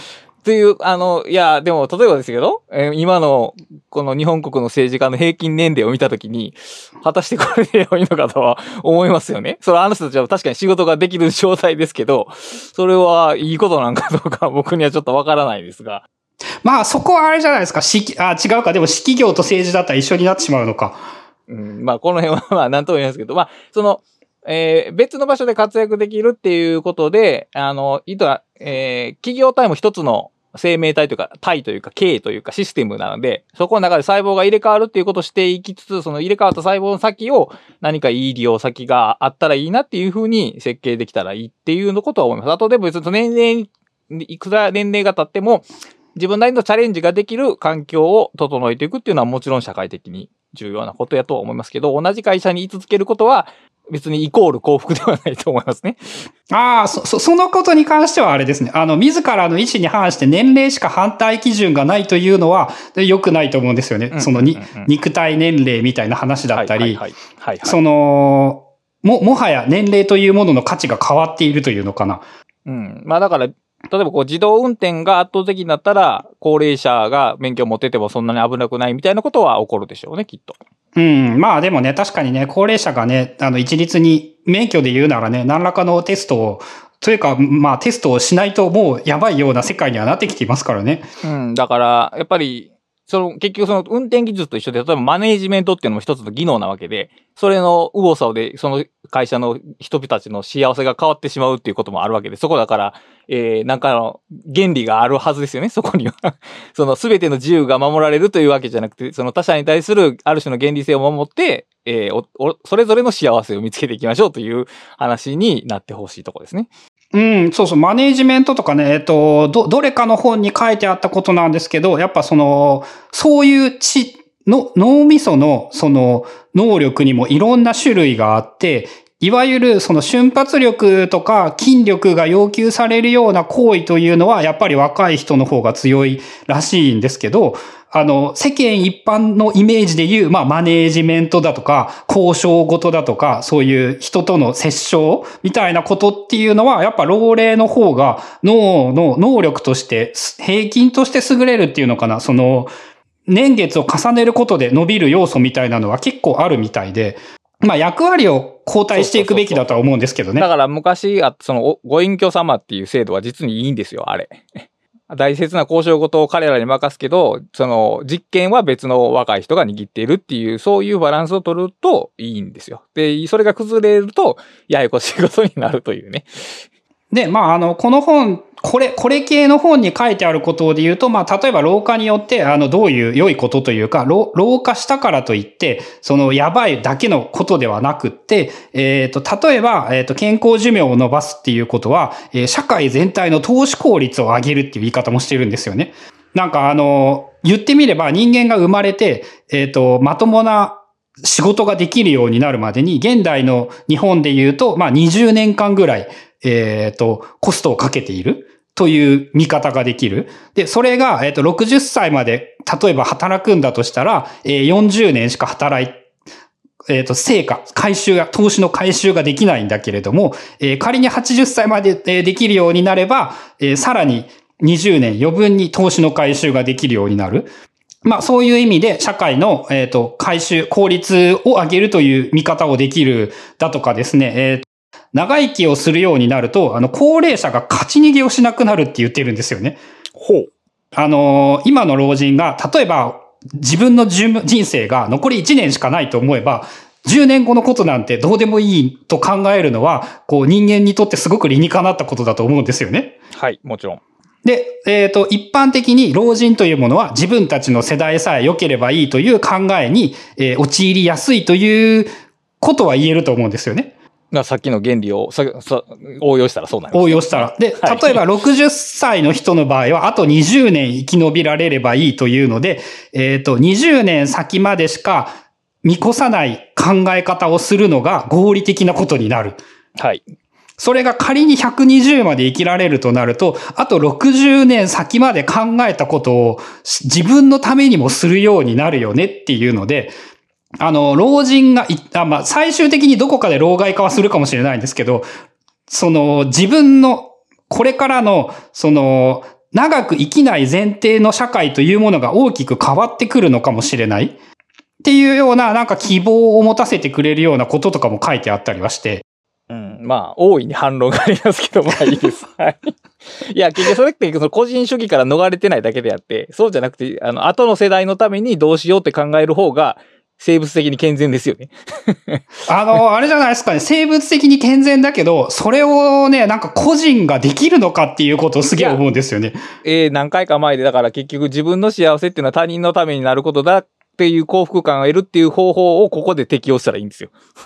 S2: という、いや、でも、例えばですけど、今の、この日本国の政治家の平均年齢を見たときに、果たしてこれで良いのかとは思いますよね。それはあの人たちは確かに仕事ができる状態ですけど、それはいいことなんかどうか僕にはちょっとわからないですが。
S1: まあ、そこはあれじゃないですか。違うか。でも、私企業と政治だったら一緒になってしまうのか。
S2: まあ、この辺は、まあ、なんとも言いますけど、まあ、別の場所で活躍できるっていうことで、企業体も一つの生命体というか、体というか、経営というか、システムなので、そこの中で細胞が入れ替わるっていうことをしていきつつ、その入れ替わった細胞の先を何かいい利用先があったらいいなっていうふうに設計できたらいいっていうのことは思います。あとで別にいくら年齢が経っても、自分なりのチャレンジができる環境を整えていくっていうのはもちろん社会的に重要なことやと思いますけど、同じ会社に居続けることは別にイコール幸福ではないと思いますね。
S1: そのことに関してはあれですね。自らの意思に反して年齢しか反対基準がないというのは良くないと思うんですよね。肉体年齢みたいな話だったり、もはや年齢というものの価値が変わっているというのかな。
S2: まあだから、例えば自動運転が圧倒的になったら、高齢者が免許を持っててもそんなに危なくないみたいなことは起こるでしょうね、きっと。
S1: まあでもね、確かにね、高齢者がね、一律に免許で言うならね、何らかのテストを、というか、まあテストをしないともうやばいような世界にはなってきていますからね。
S2: だから、やっぱり、結局運転技術と一緒で、例えばマネージメントっていうのも一つの技能なわけで、それの右往左往で、その会社の人々たちの幸せが変わってしまうっていうこともあるわけで、そこだから、なんかの原理があるはずですよね、そこには。全ての自由が守られるというわけじゃなくて、その他者に対するある種の原理性を守って、それぞれの幸せを見つけていきましょうという話になってほしいところですね。
S1: そうそう、マネージメントとかね、どれかの本に書いてあったことなんですけど、やっぱそういう脳みその能力にもいろんな種類があって、いわゆる瞬発力とか筋力が要求されるような行為というのはやっぱり若い人の方が強いらしいんですけど、世間一般のイメージでいう、まあ、マネージメントだとか、交渉事だとか、そういう人との接触みたいなことっていうのは、やっぱ老齢の方が脳の能力として、平均として優れるっていうのかな、年月を重ねることで伸びる要素みたいなのは結構あるみたいで、まあ役割を交代していくべきだとは思うんですけどね。
S2: だから昔、ご隠居様っていう制度は実にいいんですよ、あれ。大切な交渉事を彼らに任すけど、実権は別の若い人が握っているっていう、そういうバランスを取るといいんですよ。で、それが崩れると、ややこしいことになるというね。
S1: で、まあ、この本、これ系の本に書いてあることで言うと、まあ、例えば老化によって、どういう良いことというか、老化したからといって、やばいだけのことではなくって、例えば、健康寿命を伸ばすっていうことは、社会全体の投資効率を上げるっていう言い方もしてるんですよね。なんか言ってみれば人間が生まれて、まともな仕事ができるようになるまでに、現代の日本で言うと、まあ、20年間ぐらい、コストをかけているという見方ができる。で、それが、60歳まで、例えば働くんだとしたら、40年しか働い、投資の回収ができないんだけれども、仮に80歳までできるようになれば、さらに20年余分に投資の回収ができるようになる。まあそういう意味で社会の、回収、効率を上げるという見方をできるだとかですね、長生きをするようになると、高齢者が勝ち逃げをしなくなるって言ってるんですよね。
S2: ほう。
S1: 今の老人が、例えば自分の人生が残り1年しかないと思えば、10年後のことなんてどうでもいいと考えるのは、人間にとってすごく理にかなったことだと思うんですよね。
S2: はい、もちろん。
S1: で、一般的に老人というものは自分たちの世代さえ良ければいいという考えに、陥りやすいということは言えると思うんですよね。
S2: さっきの原理を応用したらそうなります、ね。
S1: 応用したら。で、例えば60歳の人の場合は、あと20年生き延びられればいいというので、20年先までしか見越さない考え方をするのが合理的なことになる。
S2: はい。
S1: それが仮に120まで生きられるとなると、あと60年先まで考えたことを自分のためにもするようになるよねっていうので、老人がまあ、最終的にどこかで老害化はするかもしれないんですけど、自分の、これからの、 長く生きない前提の社会というものが大きく変わってくるのかもしれない。っていうような、なんか希望を持たせてくれるようなこととかも書いてあったりはして。
S2: うん、まあ、大いに反論がありますけど、まあいいです。はい。いや、結局それってその個人主義から逃れてないだけであって、そうじゃなくて、後の世代のためにどうしようって考える方が、生物的に健全ですよね。
S1: あれじゃないですかね。生物的に健全だけど、それをね、なんか個人ができるのかっていうことをすげえ思うんですよね。
S2: 何回か前で、だから結局自分の幸せっていうのは他人のためになることだっていう幸福感を得るっていう方法をここで適用したらいいんですよ。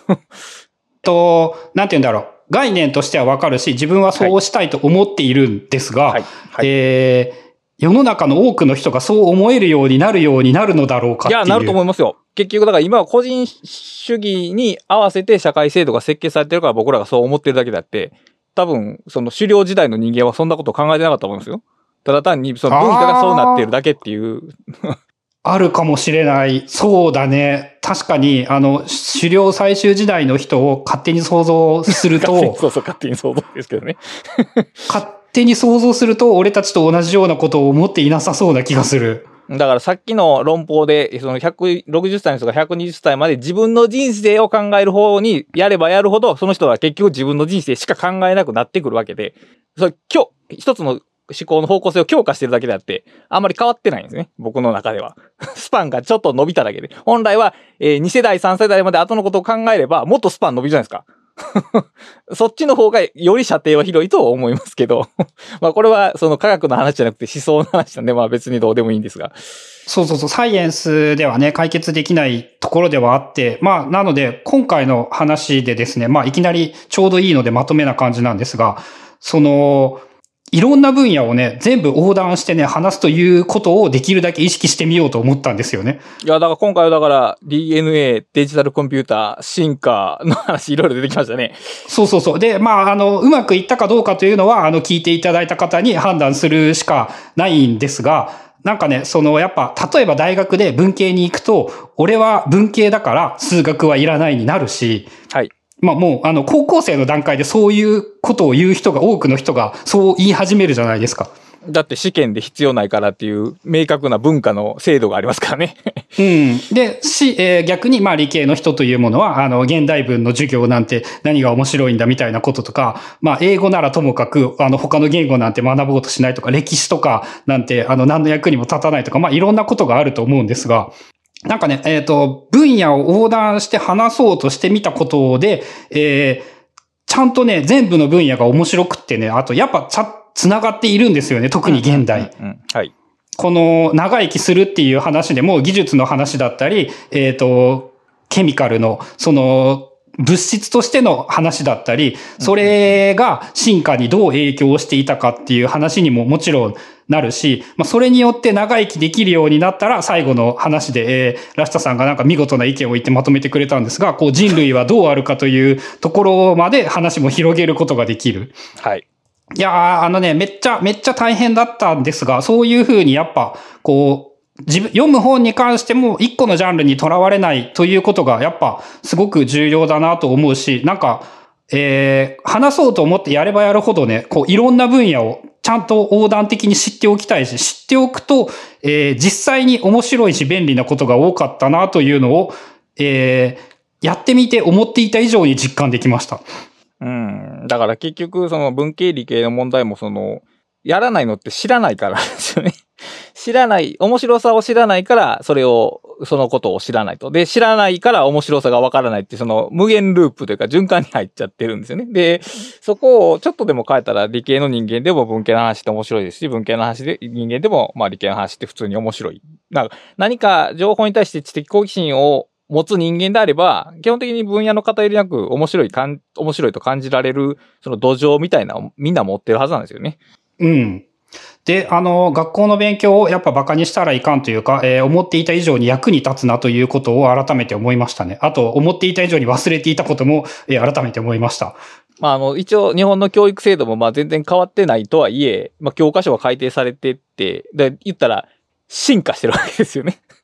S1: なんて言うんだろう。概念としてはわかるし、自分はそうしたいと思っているんですが、世の中の多くの人がそう思えるようになるのだろうかっていう。
S2: いや、なると思いますよ。結局、だから今は個人主義に合わせて社会制度が設計されてるから僕らがそう思ってるだけであって、多分、その狩猟時代の人間はそんなことを考えてなかったと思いますよ。ただ単にその文化がそうなっているだけっていう。
S1: あるかもしれない。そうだね。確かに、狩猟採集時代の人を勝手に想像すると。
S2: そう、勝手に想像ですけどね。
S1: 勝手に想像すると、俺たちと同じようなことを思っていなさそうな気がする。
S2: だからさっきの論法で、その160歳の人が120歳まで自分の人生を考える方にやればやるほど、その人は結局自分の人生しか考えなくなってくるわけで、一つの思考の方向性を強化してるだけであって、あんまり変わってないんですね。僕の中では。スパンがちょっと伸びただけで。本来は、2世代、3世代まで後のことを考えれば、もっとスパン伸びるじゃないですか。そっちの方がより射程は広いと思いますけど。まあこれはその科学の話じゃなくて思想の話なんで、まあ別にどうでもいいんですが。
S1: そう、サイエンスではね、解決できないところではあって、まあなので今回の話でですね、まあいきなりちょうどいいのでまとめな感じなんですが、いろんな分野をね、全部横断してね、話すということをできるだけ意識してみようと思ったんですよね。
S2: いや、だから今回はだから DNA、デジタルコンピューター、進化の話いろいろ出てきましたね。
S1: そう。で、まあ、うまくいったかどうかというのは、聞いていただいた方に判断するしかないんですが、なんかね、やっぱ、例えば大学で文系に行くと、俺は文系だから数学はいらないになるし、
S2: はい。
S1: まあもう、高校生の段階でそういうことを言う人が、多くの人がそう言い始めるじゃないですか。
S2: だって試験で必要ないからっていう明確な文化の制度がありますからね。
S1: うん。で、逆にまあ理系の人というものは、現代文の授業なんて何が面白いんだみたいなこととか、まあ英語ならともかく、他の言語なんて学ぼうとしないとか、歴史とかなんて、何の役にも立たないとか、まあいろんなことがあると思うんですが、なんかね、分野を横断して話そうとしてみたことで、ちゃんとね、全部の分野が面白くってね、あとやっぱ繋がっているんですよね、特に現代。
S2: はい。
S1: この長生きするっていう話でも技術の話だったり、ケミカルの、物質としての話だったり、それが進化にどう影響していたかっていう話にももちろんなるし、まあ、それによって長生きできるようになったら最後の話で、ラシタさんがなんか見事な意見を言ってまとめてくれたんですが、こう人類はどうあるかというところまで話も広げることができる。
S2: はい。
S1: いやー、めっちゃ大変だったんですが、そういうふうにやっぱ、こう、読む本に関しても一個のジャンルにとらわれないということがやっぱすごく重要だなと思うし、なんか、話そうと思ってやればやるほどね、こういろんな分野をちゃんと横断的に知っておきたいし、知っておくと、実際に面白いし便利なことが多かったなというのを、やってみて思っていた以上に実感できました。
S2: だから結局その文系理系の問題もやらないのって知らないからですよね。面白さを知らないから、そのことを知らないと。で、知らないから面白さがわからないって、無限ループというか循環に入っちゃってるんですよね。で、そこをちょっとでも変えたら、理系の人間でも文系の話って面白いですし、文系の話で人間でも、まあ理系の話って普通に面白い。何か情報に対して知的好奇心を持つ人間であれば、基本的に分野の偏りなく面白いと感じられる、その土壌みたいなみんな持ってるはずなんですよね。
S1: うん。で、学校の勉強をやっぱ馬鹿にしたらいかんというか、思っていた以上に役に立つなということを改めて思いましたね。あと、思っていた以上に忘れていたことも、改めて思いました。
S2: まあ、一応、日本の教育制度も、まあ、全然変わってないとはいえ、まあ、教科書は改定されてって、で、言ったら、進化してるわけですよね。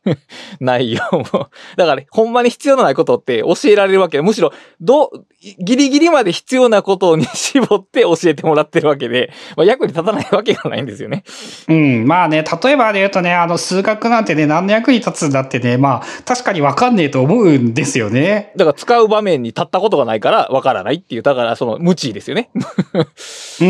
S2: 内容も。だから、ほんまに必要のないことって教えられるわけで、むしろ、ギリギリまで必要なことに絞って教えてもらってるわけで、まあ、役に立たないわけがないんですよね。
S1: うん。まあね、例えばで言うとね、数学なんてね、何の役に立つんだってね、まあ、確かにわかんねえと思うんですよね。
S2: だから、使う場面に立ったことがないからわからないっていう、だから、無知ですよね。
S1: うん。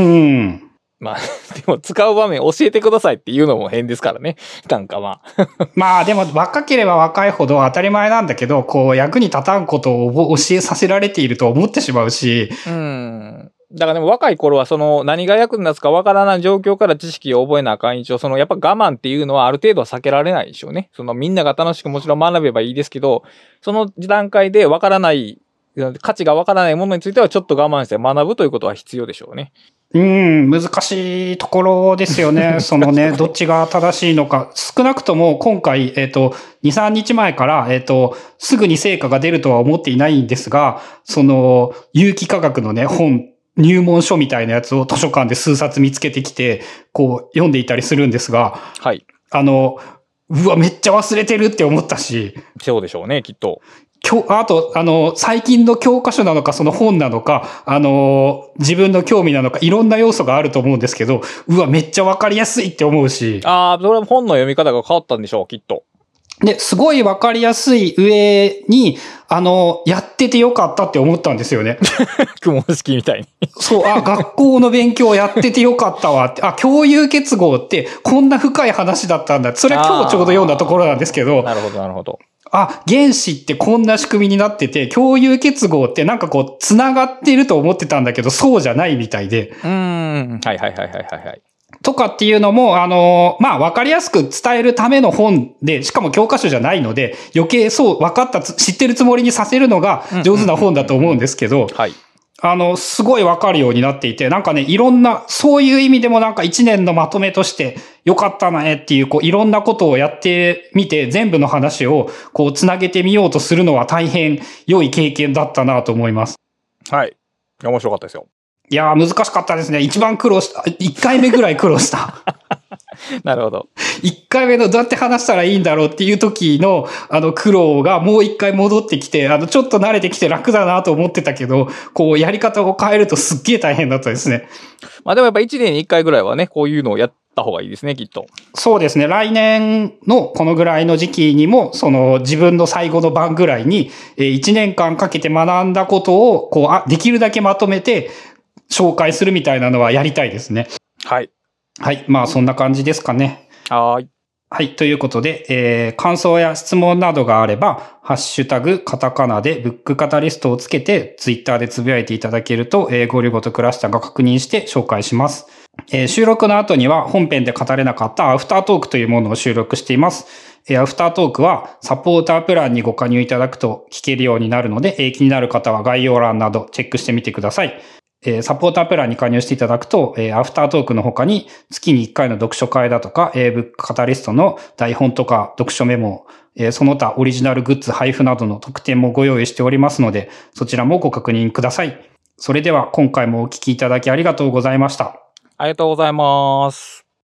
S2: まあ、でも使う場面教えてくださいっていうのも変ですからね。なんかまあ。
S1: まあでも若ければ若いほど当たり前なんだけど、こう役に立たんことを教えさせられていると思ってしまうし。
S2: だからでも若い頃は何が役に立つかわからない状況から知識を覚えなあかん以上、やっぱ我慢っていうのはある程度は避けられないでしょうね。みんなが楽しくもちろん学べばいいですけど、その段階でわからない、価値がわからないものについてはちょっと我慢して学ぶということは必要でしょうね。
S1: 難しいところですよね。どっちが正しいのか。少なくとも今回、2、3日前から、すぐに成果が出るとは思っていないんですが、有機化学のね、入門書みたいなやつを図書館で数冊見つけてきて、こう、読んでいたりするんですが、
S2: はい。
S1: うわ、めっちゃ忘れてるって思ったし。
S2: そうでしょうね、きっと。
S1: あと、最近の教科書なのか、その本なのか、自分の興味なのか、いろんな要素があると思うんですけど、うわ、めっちゃわかりやすいって思うし。
S2: ああ、それは本の読み方が変わったんでしょう、きっと。
S1: で、すごいわかりやすい上に、やっててよかったって思ったんですよね。
S2: 雲式みたいに。
S1: そう、学校の勉強やっててよかったわって、共有結合ってこんな深い話だったんだ。それは今日ちょうど読んだところなんですけど。
S2: なるほど、なるほど。
S1: 原子ってこんな仕組みになってて、共有結合ってなんかこう、繋がってると思ってたんだけど、そうじゃないみたいで。
S2: はいはいはいはいはい。
S1: とかっていうのも、まあ、わかりやすく伝えるための本で、しかも教科書じゃないので、余計そう、知ってるつもりにさせるのが上手な本だと思うんですけど、
S2: はい。
S1: すごいわかるようになっていて、なんかね、いろんな、そういう意味でもなんか一年のまとめとしてよかったねっていう、こう、いろんなことをやってみて、全部の話をこう、つなげてみようとするのは大変良い経験だったなと思います。
S2: はい。面白かったですよ。
S1: いやー、難しかったですね。一番苦労した。1回目ぐらい苦労した。
S2: なるほど。
S1: 1回目のどうやって話したらいいんだろうっていう時の、苦労がもう1回戻ってきて、ちょっと慣れてきて楽だなと思ってたけど、こう、やり方を変えるとすっげー大変だったですね。
S2: まあでもやっぱ1年に1回ぐらいはね、こういうのをやった方がいいですね、きっと。
S1: そうですね。来年のこのぐらいの時期にも、自分の最後の番ぐらいに、1年間かけて学んだことを、こう、できるだけまとめて紹介するみたいなのはやりたいですね。
S2: はい。
S1: はい。まあ、そんな感じですかね。
S2: はい。
S1: はい。ということで、感想や質問などがあれば、ハッシュタグ、カタカナでブックカタリストをつけて、ツイッターでつぶやいていただけると、ゴリゴとクラスターが確認して紹介します。収録の後には本編で語れなかったアフタートークというものを収録しています。アフタートークはサポータープランにご加入いただくと聞けるようになるので、気になる方は概要欄などチェックしてみてください。サポータープランに加入していただくと、アフタートークの他に月に1回の読書会だとか、ブックカタリストの台本とか読書メモ、その他オリジナルグッズ配布などの特典もご用意しておりますので、そちらもご確認ください。それでは今回もお聞きいただきありがとうございました。
S2: ありがとうございます。